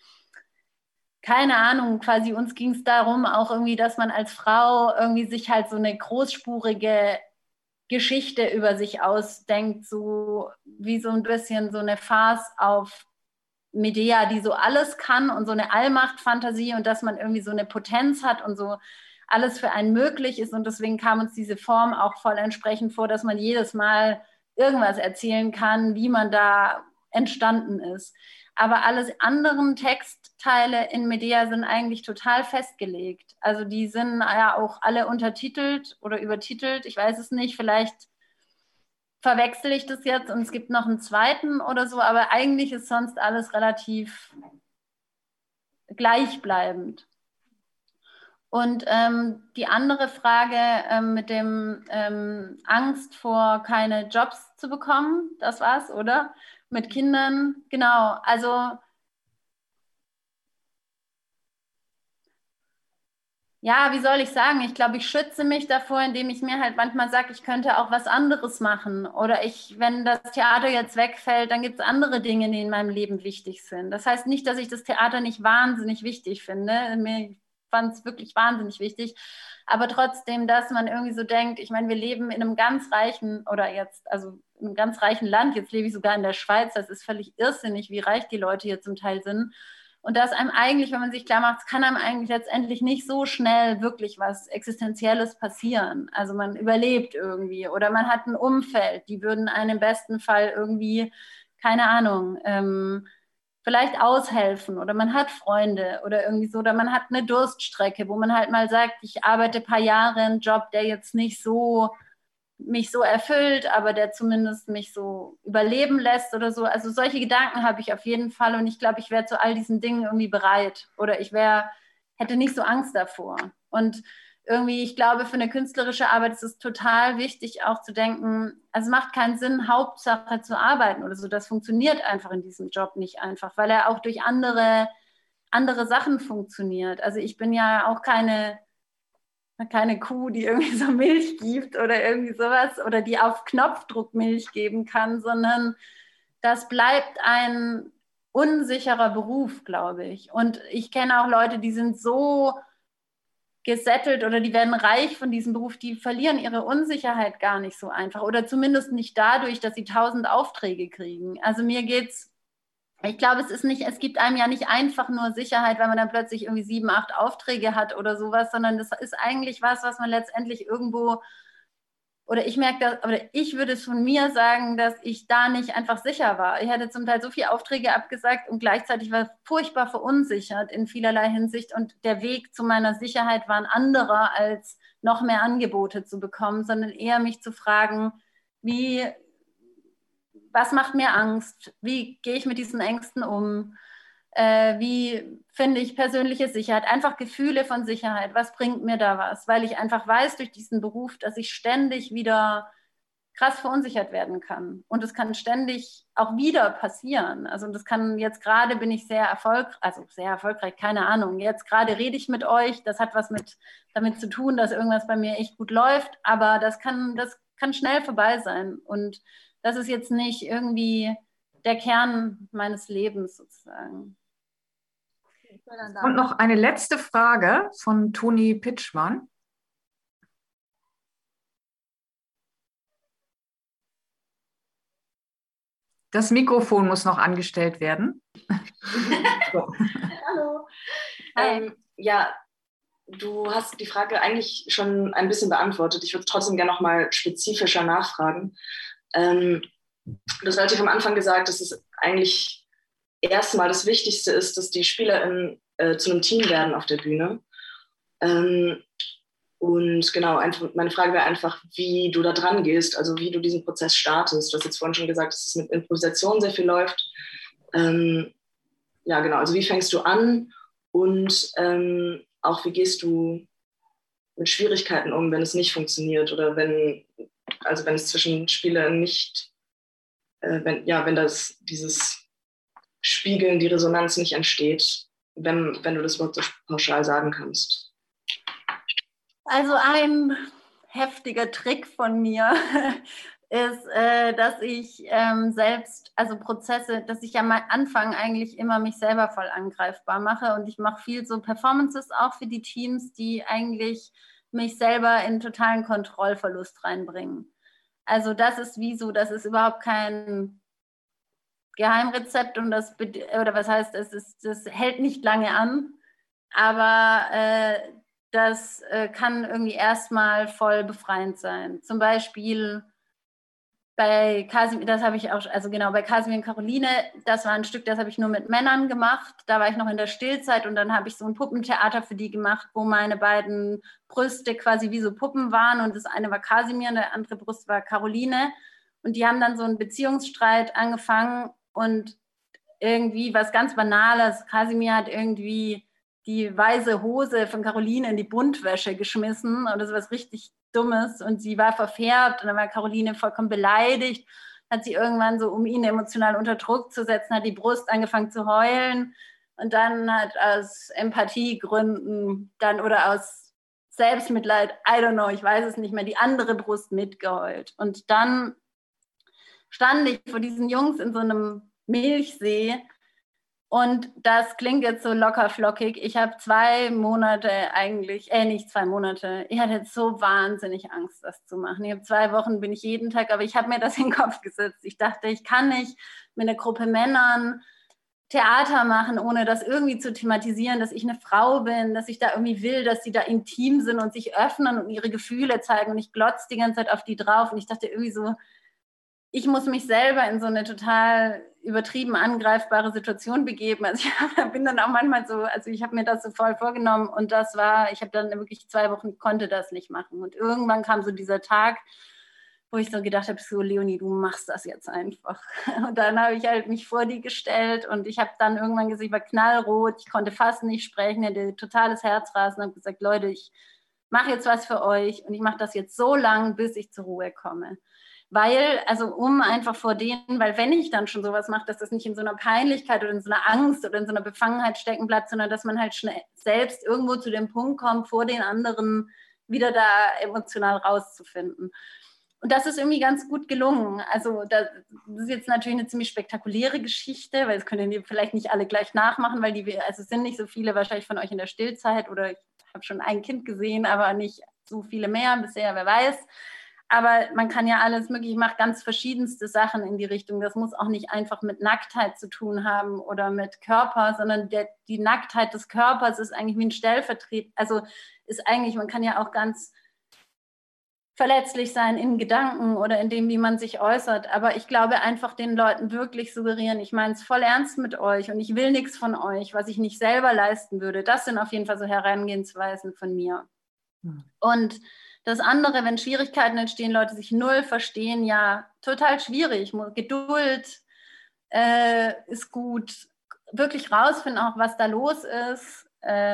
keine Ahnung, quasi uns ging es darum, auch irgendwie, dass man als Frau irgendwie sich halt so eine großspurige Geschichte über sich ausdenkt, so wie so ein bisschen so eine Farce auf Medea, die so alles kann und so eine Allmachtfantasie und dass man irgendwie so eine Potenz hat und so alles für einen möglich ist. Und deswegen kam uns diese Form auch voll entsprechend vor, dass man jedes Mal irgendwas erzählen kann, wie man da entstanden ist. Aber alle anderen Textteile in Medea sind eigentlich total festgelegt. Also die sind ja auch alle untertitelt oder übertitelt. Ich weiß es nicht, vielleicht verwechsel ich das jetzt und es gibt noch einen zweiten oder so, aber eigentlich ist sonst alles relativ gleichbleibend. Und die andere Frage mit dem Angst vor keine Jobs zu bekommen, das war's, oder? Mit Kindern, genau. Also ja, wie soll ich sagen? Ich glaube, ich schütze mich davor, indem ich mir halt manchmal sage, ich könnte auch was anderes machen. Oder wenn das Theater jetzt wegfällt, dann gibt es andere Dinge, die in meinem Leben wichtig sind. Das heißt nicht, dass ich das Theater nicht wahnsinnig wichtig finde. Mir fand es wirklich wahnsinnig wichtig. Aber trotzdem, dass man irgendwie so denkt, ich meine, wir leben in einem ganz reichen, also in einem ganz reichen Land. Jetzt lebe ich sogar in der Schweiz. Das ist völlig irrsinnig, wie reich die Leute hier zum Teil sind. Und dass einem eigentlich, wenn man sich klar macht, es kann einem eigentlich letztendlich nicht so schnell wirklich was Existenzielles passieren. Also man überlebt irgendwie oder man hat ein Umfeld, die würden einem im besten Fall irgendwie, keine Ahnung, vielleicht aushelfen oder man hat Freunde oder irgendwie so, oder man hat eine Durststrecke, wo man halt mal sagt, ich arbeite ein paar Jahre einen Job, der jetzt nicht so mich so erfüllt, aber der zumindest mich so überleben lässt oder so. Also solche Gedanken habe ich auf jeden Fall und ich glaube, ich wäre zu all diesen Dingen irgendwie bereit oder hätte nicht so Angst davor. Und irgendwie, ich glaube, für eine künstlerische Arbeit ist es total wichtig auch zu denken, also es macht keinen Sinn, Hauptsache zu arbeiten oder so. Das funktioniert einfach in diesem Job nicht einfach, weil er auch durch andere andere Sachen funktioniert. Also ich bin ja auch keine Kuh, die irgendwie so Milch gibt oder irgendwie sowas oder die auf Knopfdruck Milch geben kann, sondern das bleibt ein unsicherer Beruf, glaube ich. Und ich kenne auch Leute, die sind so gesettelt oder die werden reich von diesem Beruf, die verlieren ihre Unsicherheit gar nicht so einfach oder zumindest nicht dadurch, dass sie 1000 Aufträge kriegen. Also mir geht's, ich glaube, es gibt einem ja nicht einfach nur Sicherheit, weil man dann plötzlich irgendwie 7, 8 Aufträge hat oder sowas, sondern das ist eigentlich was man letztendlich irgendwo, oder ich merke das, oder ich würde es von mir sagen, dass ich da nicht einfach sicher war. Ich hatte zum Teil so viele Aufträge abgesagt und gleichzeitig war furchtbar verunsichert in vielerlei Hinsicht und der Weg zu meiner Sicherheit war ein anderer, als noch mehr Angebote zu bekommen, sondern eher mich zu fragen, was macht mir Angst? Wie gehe ich mit diesen Ängsten um? Wie finde ich persönliche Sicherheit? Einfach Gefühle von Sicherheit. Was bringt mir da was? Weil ich einfach weiß durch diesen Beruf, dass ich ständig wieder krass verunsichert werden kann. Und es kann ständig auch wieder passieren. Also das kann jetzt gerade bin ich sehr erfolgreich, keine Ahnung. Jetzt gerade rede ich mit euch. Das hat was damit zu tun, dass irgendwas bei mir echt gut läuft. Aber das kann schnell vorbei sein. Und das ist jetzt nicht irgendwie der Kern meines Lebens sozusagen. Und noch eine letzte Frage von Toni Pitschmann. Das Mikrofon muss noch angestellt werden. So. Hallo. Ja, du hast die Frage eigentlich schon ein bisschen beantwortet. Ich würde trotzdem gerne noch mal spezifischer nachfragen. Du hast relativ am Anfang gesagt, dass es eigentlich erstmal das Wichtigste ist, dass die SpielerInnen zu einem Team werden auf der Bühne. Und genau, meine Frage wäre einfach, wie du da dran gehst, also wie du diesen Prozess startest. Du hast jetzt vorhin schon gesagt, dass es mit Improvisation sehr viel läuft. Ja, genau, also wie fängst du an und auch wie gehst du mit Schwierigkeiten um, wenn es nicht funktioniert oder wenn es zwischen Spielern nicht, wenn dieses Spiegeln, die Resonanz nicht entsteht, wenn du das überhaupt so pauschal sagen kannst. Also ein heftiger Trick von mir ist, dass ich selbst, also Prozesse, dass ich am Anfang eigentlich immer mich selber voll angreifbar mache und ich mache viel so Performances auch für die Teams, die eigentlich mich selber in totalen Kontrollverlust reinbringen. Also das ist das ist überhaupt kein Geheimrezept und das hält nicht lange an, aber das kann irgendwie erstmal voll befreiend sein. Zum Beispiel bei Kasimir, das habe ich auch, also genau, bei Kasimir und Caroline, das war ein Stück, das habe ich nur mit Männern gemacht. Da war ich noch in der Stillzeit und dann habe ich so ein Puppentheater für die gemacht, wo meine beiden Brüste quasi wie so Puppen waren und das eine war Kasimir und der andere Brust war Caroline. Und die haben dann so einen Beziehungsstreit angefangen und irgendwie was ganz Banales. Kasimir hat irgendwie die weiße Hose von Caroline in die Buntwäsche geschmissen oder so was richtig Dummes und sie war verfärbt und dann war Caroline vollkommen beleidigt, hat sie irgendwann so, um ihn emotional unter Druck zu setzen, hat die Brust angefangen zu heulen und dann hat aus Empathiegründen dann oder aus Selbstmitleid, I don't know, ich weiß es nicht mehr, die andere Brust mitgeheult. Und dann stand ich vor diesen Jungs in so einem Milchsee und das klingt jetzt so locker flockig. Ich habe 2 Monate eigentlich, nicht 2 Monate, ich hatte jetzt so wahnsinnig Angst, das zu machen. Ich habe 2 Wochen, bin ich jeden Tag, aber ich habe mir das in den Kopf gesetzt. Ich dachte, ich kann nicht mit einer Gruppe Männern Theater machen, ohne das irgendwie zu thematisieren, dass ich eine Frau bin, dass ich da irgendwie will, dass sie da intim sind und sich öffnen und ihre Gefühle zeigen und ich glotze die ganze Zeit auf die drauf und ich dachte irgendwie so, ich muss mich selber in so eine total übertrieben angreifbare Situation begeben. Also ich bin dann auch manchmal so, also ich habe mir das so voll vorgenommen und ich habe dann wirklich 2 Wochen, konnte das nicht machen. Und irgendwann kam so dieser Tag, wo ich so gedacht habe, so Leonie, du machst das jetzt einfach. Und dann habe ich halt mich vor die gestellt und ich habe dann irgendwann gesagt, ich war knallrot, ich konnte fast nicht sprechen, hatte totales Herzrasen und habe gesagt, Leute, ich mache jetzt was für euch und ich mache das jetzt so lang, bis ich zur Ruhe komme. weil, also um einfach vor denen, weil wenn ich dann schon sowas mache, dass das nicht in so einer Peinlichkeit oder in so einer Angst oder in so einer Befangenheit stecken bleibt, sondern dass man halt schnell selbst irgendwo zu dem Punkt kommt, vor den anderen wieder da emotional rauszufinden. Und das ist irgendwie ganz gut gelungen. Also das ist jetzt natürlich eine ziemlich spektakuläre Geschichte, weil das können die vielleicht nicht alle gleich nachmachen, weil also es sind nicht so viele wahrscheinlich von euch in der Stillzeit oder ich habe schon ein Kind gesehen, aber nicht so viele mehr bisher, wer weiß. Aber man kann ja alles mögliche, macht ganz verschiedenste Sachen in die Richtung. Das muss auch nicht einfach mit Nacktheit zu tun haben oder mit Körper, sondern die Nacktheit des Körpers ist eigentlich wie ein Stellvertreter. Also ist eigentlich, man kann ja auch ganz verletzlich sein in Gedanken oder in dem, wie man sich äußert. Aber ich glaube, einfach den Leuten wirklich suggerieren, ich meine es voll ernst mit euch und ich will nichts von euch, was ich nicht selber leisten würde. Das sind auf jeden Fall so Herangehensweisen von mir. Und das andere, wenn Schwierigkeiten entstehen, Leute sich null verstehen, ja, total schwierig. Geduld ist gut. Wirklich rausfinden auch, was da los ist.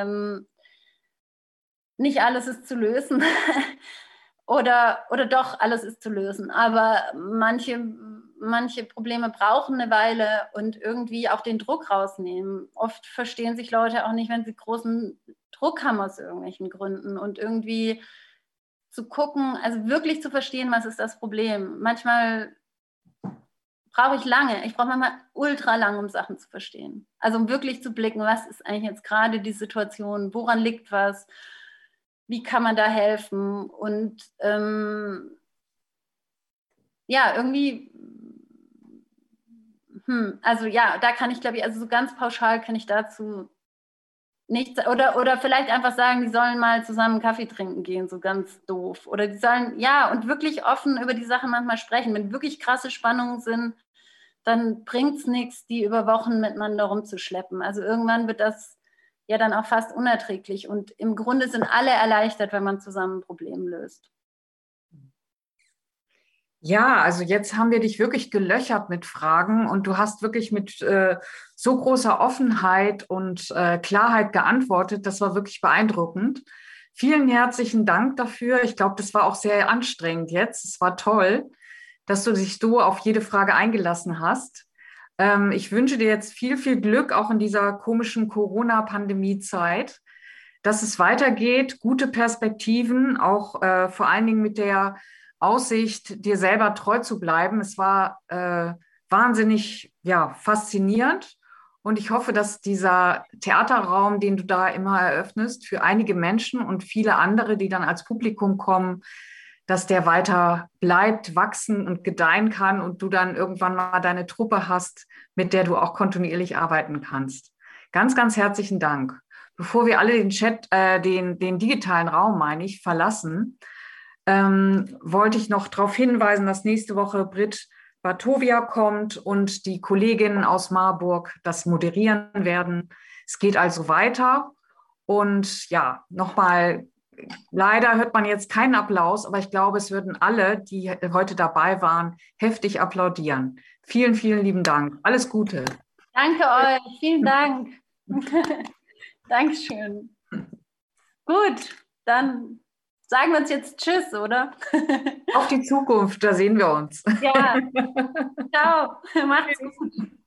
Nicht alles ist zu lösen. Oder doch, alles ist zu lösen. Aber manche Probleme brauchen eine Weile und irgendwie auch den Druck rausnehmen. Oft verstehen sich Leute auch nicht, wenn sie großen Druck haben aus irgendwelchen Gründen. Und irgendwie zu gucken, also wirklich zu verstehen, was ist das Problem. Manchmal brauche ich lange. Ich brauche manchmal ultra lang, um Sachen zu verstehen. Also um wirklich zu blicken, was ist eigentlich jetzt gerade die Situation, woran liegt was, wie kann man da helfen? Und ja, irgendwie, also ja, da kann ich, glaube ich, also so ganz pauschal kann ich dazu nichts, oder vielleicht einfach sagen, die sollen mal zusammen Kaffee trinken gehen, so ganz doof. Oder die sollen, ja, und wirklich offen über die Sachen manchmal sprechen. Wenn wirklich krasse Spannungen sind, dann bringt es nichts, die über Wochen miteinander rumzuschleppen. Also irgendwann wird das ja dann auch fast unerträglich. Und im Grunde sind alle erleichtert, wenn man zusammen ein Problem löst. Ja, also jetzt haben wir dich wirklich gelöchert mit Fragen und du hast wirklich mit so großer Offenheit und Klarheit geantwortet. Das war wirklich beeindruckend. Vielen herzlichen Dank dafür. Ich glaube, das war auch sehr anstrengend jetzt. Es war toll, dass du dich so auf jede Frage eingelassen hast. Ich wünsche dir jetzt viel, viel Glück auch in dieser komischen Corona-Pandemie-Zeit, dass es weitergeht, gute Perspektiven, auch vor allen Dingen mit der Aussicht, dir selber treu zu bleiben. Es war wahnsinnig faszinierend und ich hoffe, dass dieser Theaterraum, den du da immer eröffnest, für einige Menschen und viele andere, die dann als Publikum kommen, dass der weiter bleibt, wachsen und gedeihen kann und du dann irgendwann mal deine Truppe hast, mit der du auch kontinuierlich arbeiten kannst. Ganz, ganz herzlichen Dank. Bevor wir alle den Chat, den digitalen Raum, meine ich, verlassen, wollte ich noch darauf hinweisen, dass nächste Woche Britt Bartovia kommt und die Kolleginnen aus Marburg das moderieren werden. Es geht also weiter. Und ja, nochmal, leider hört man jetzt keinen Applaus, aber ich glaube, es würden alle, die heute dabei waren, heftig applaudieren. Vielen, vielen lieben Dank. Alles Gute. Danke euch. Vielen Dank. Dankeschön. Gut, dann sagen wir uns jetzt Tschüss, oder? Auf die Zukunft, da sehen wir uns. Ja. Ciao. Macht's gut.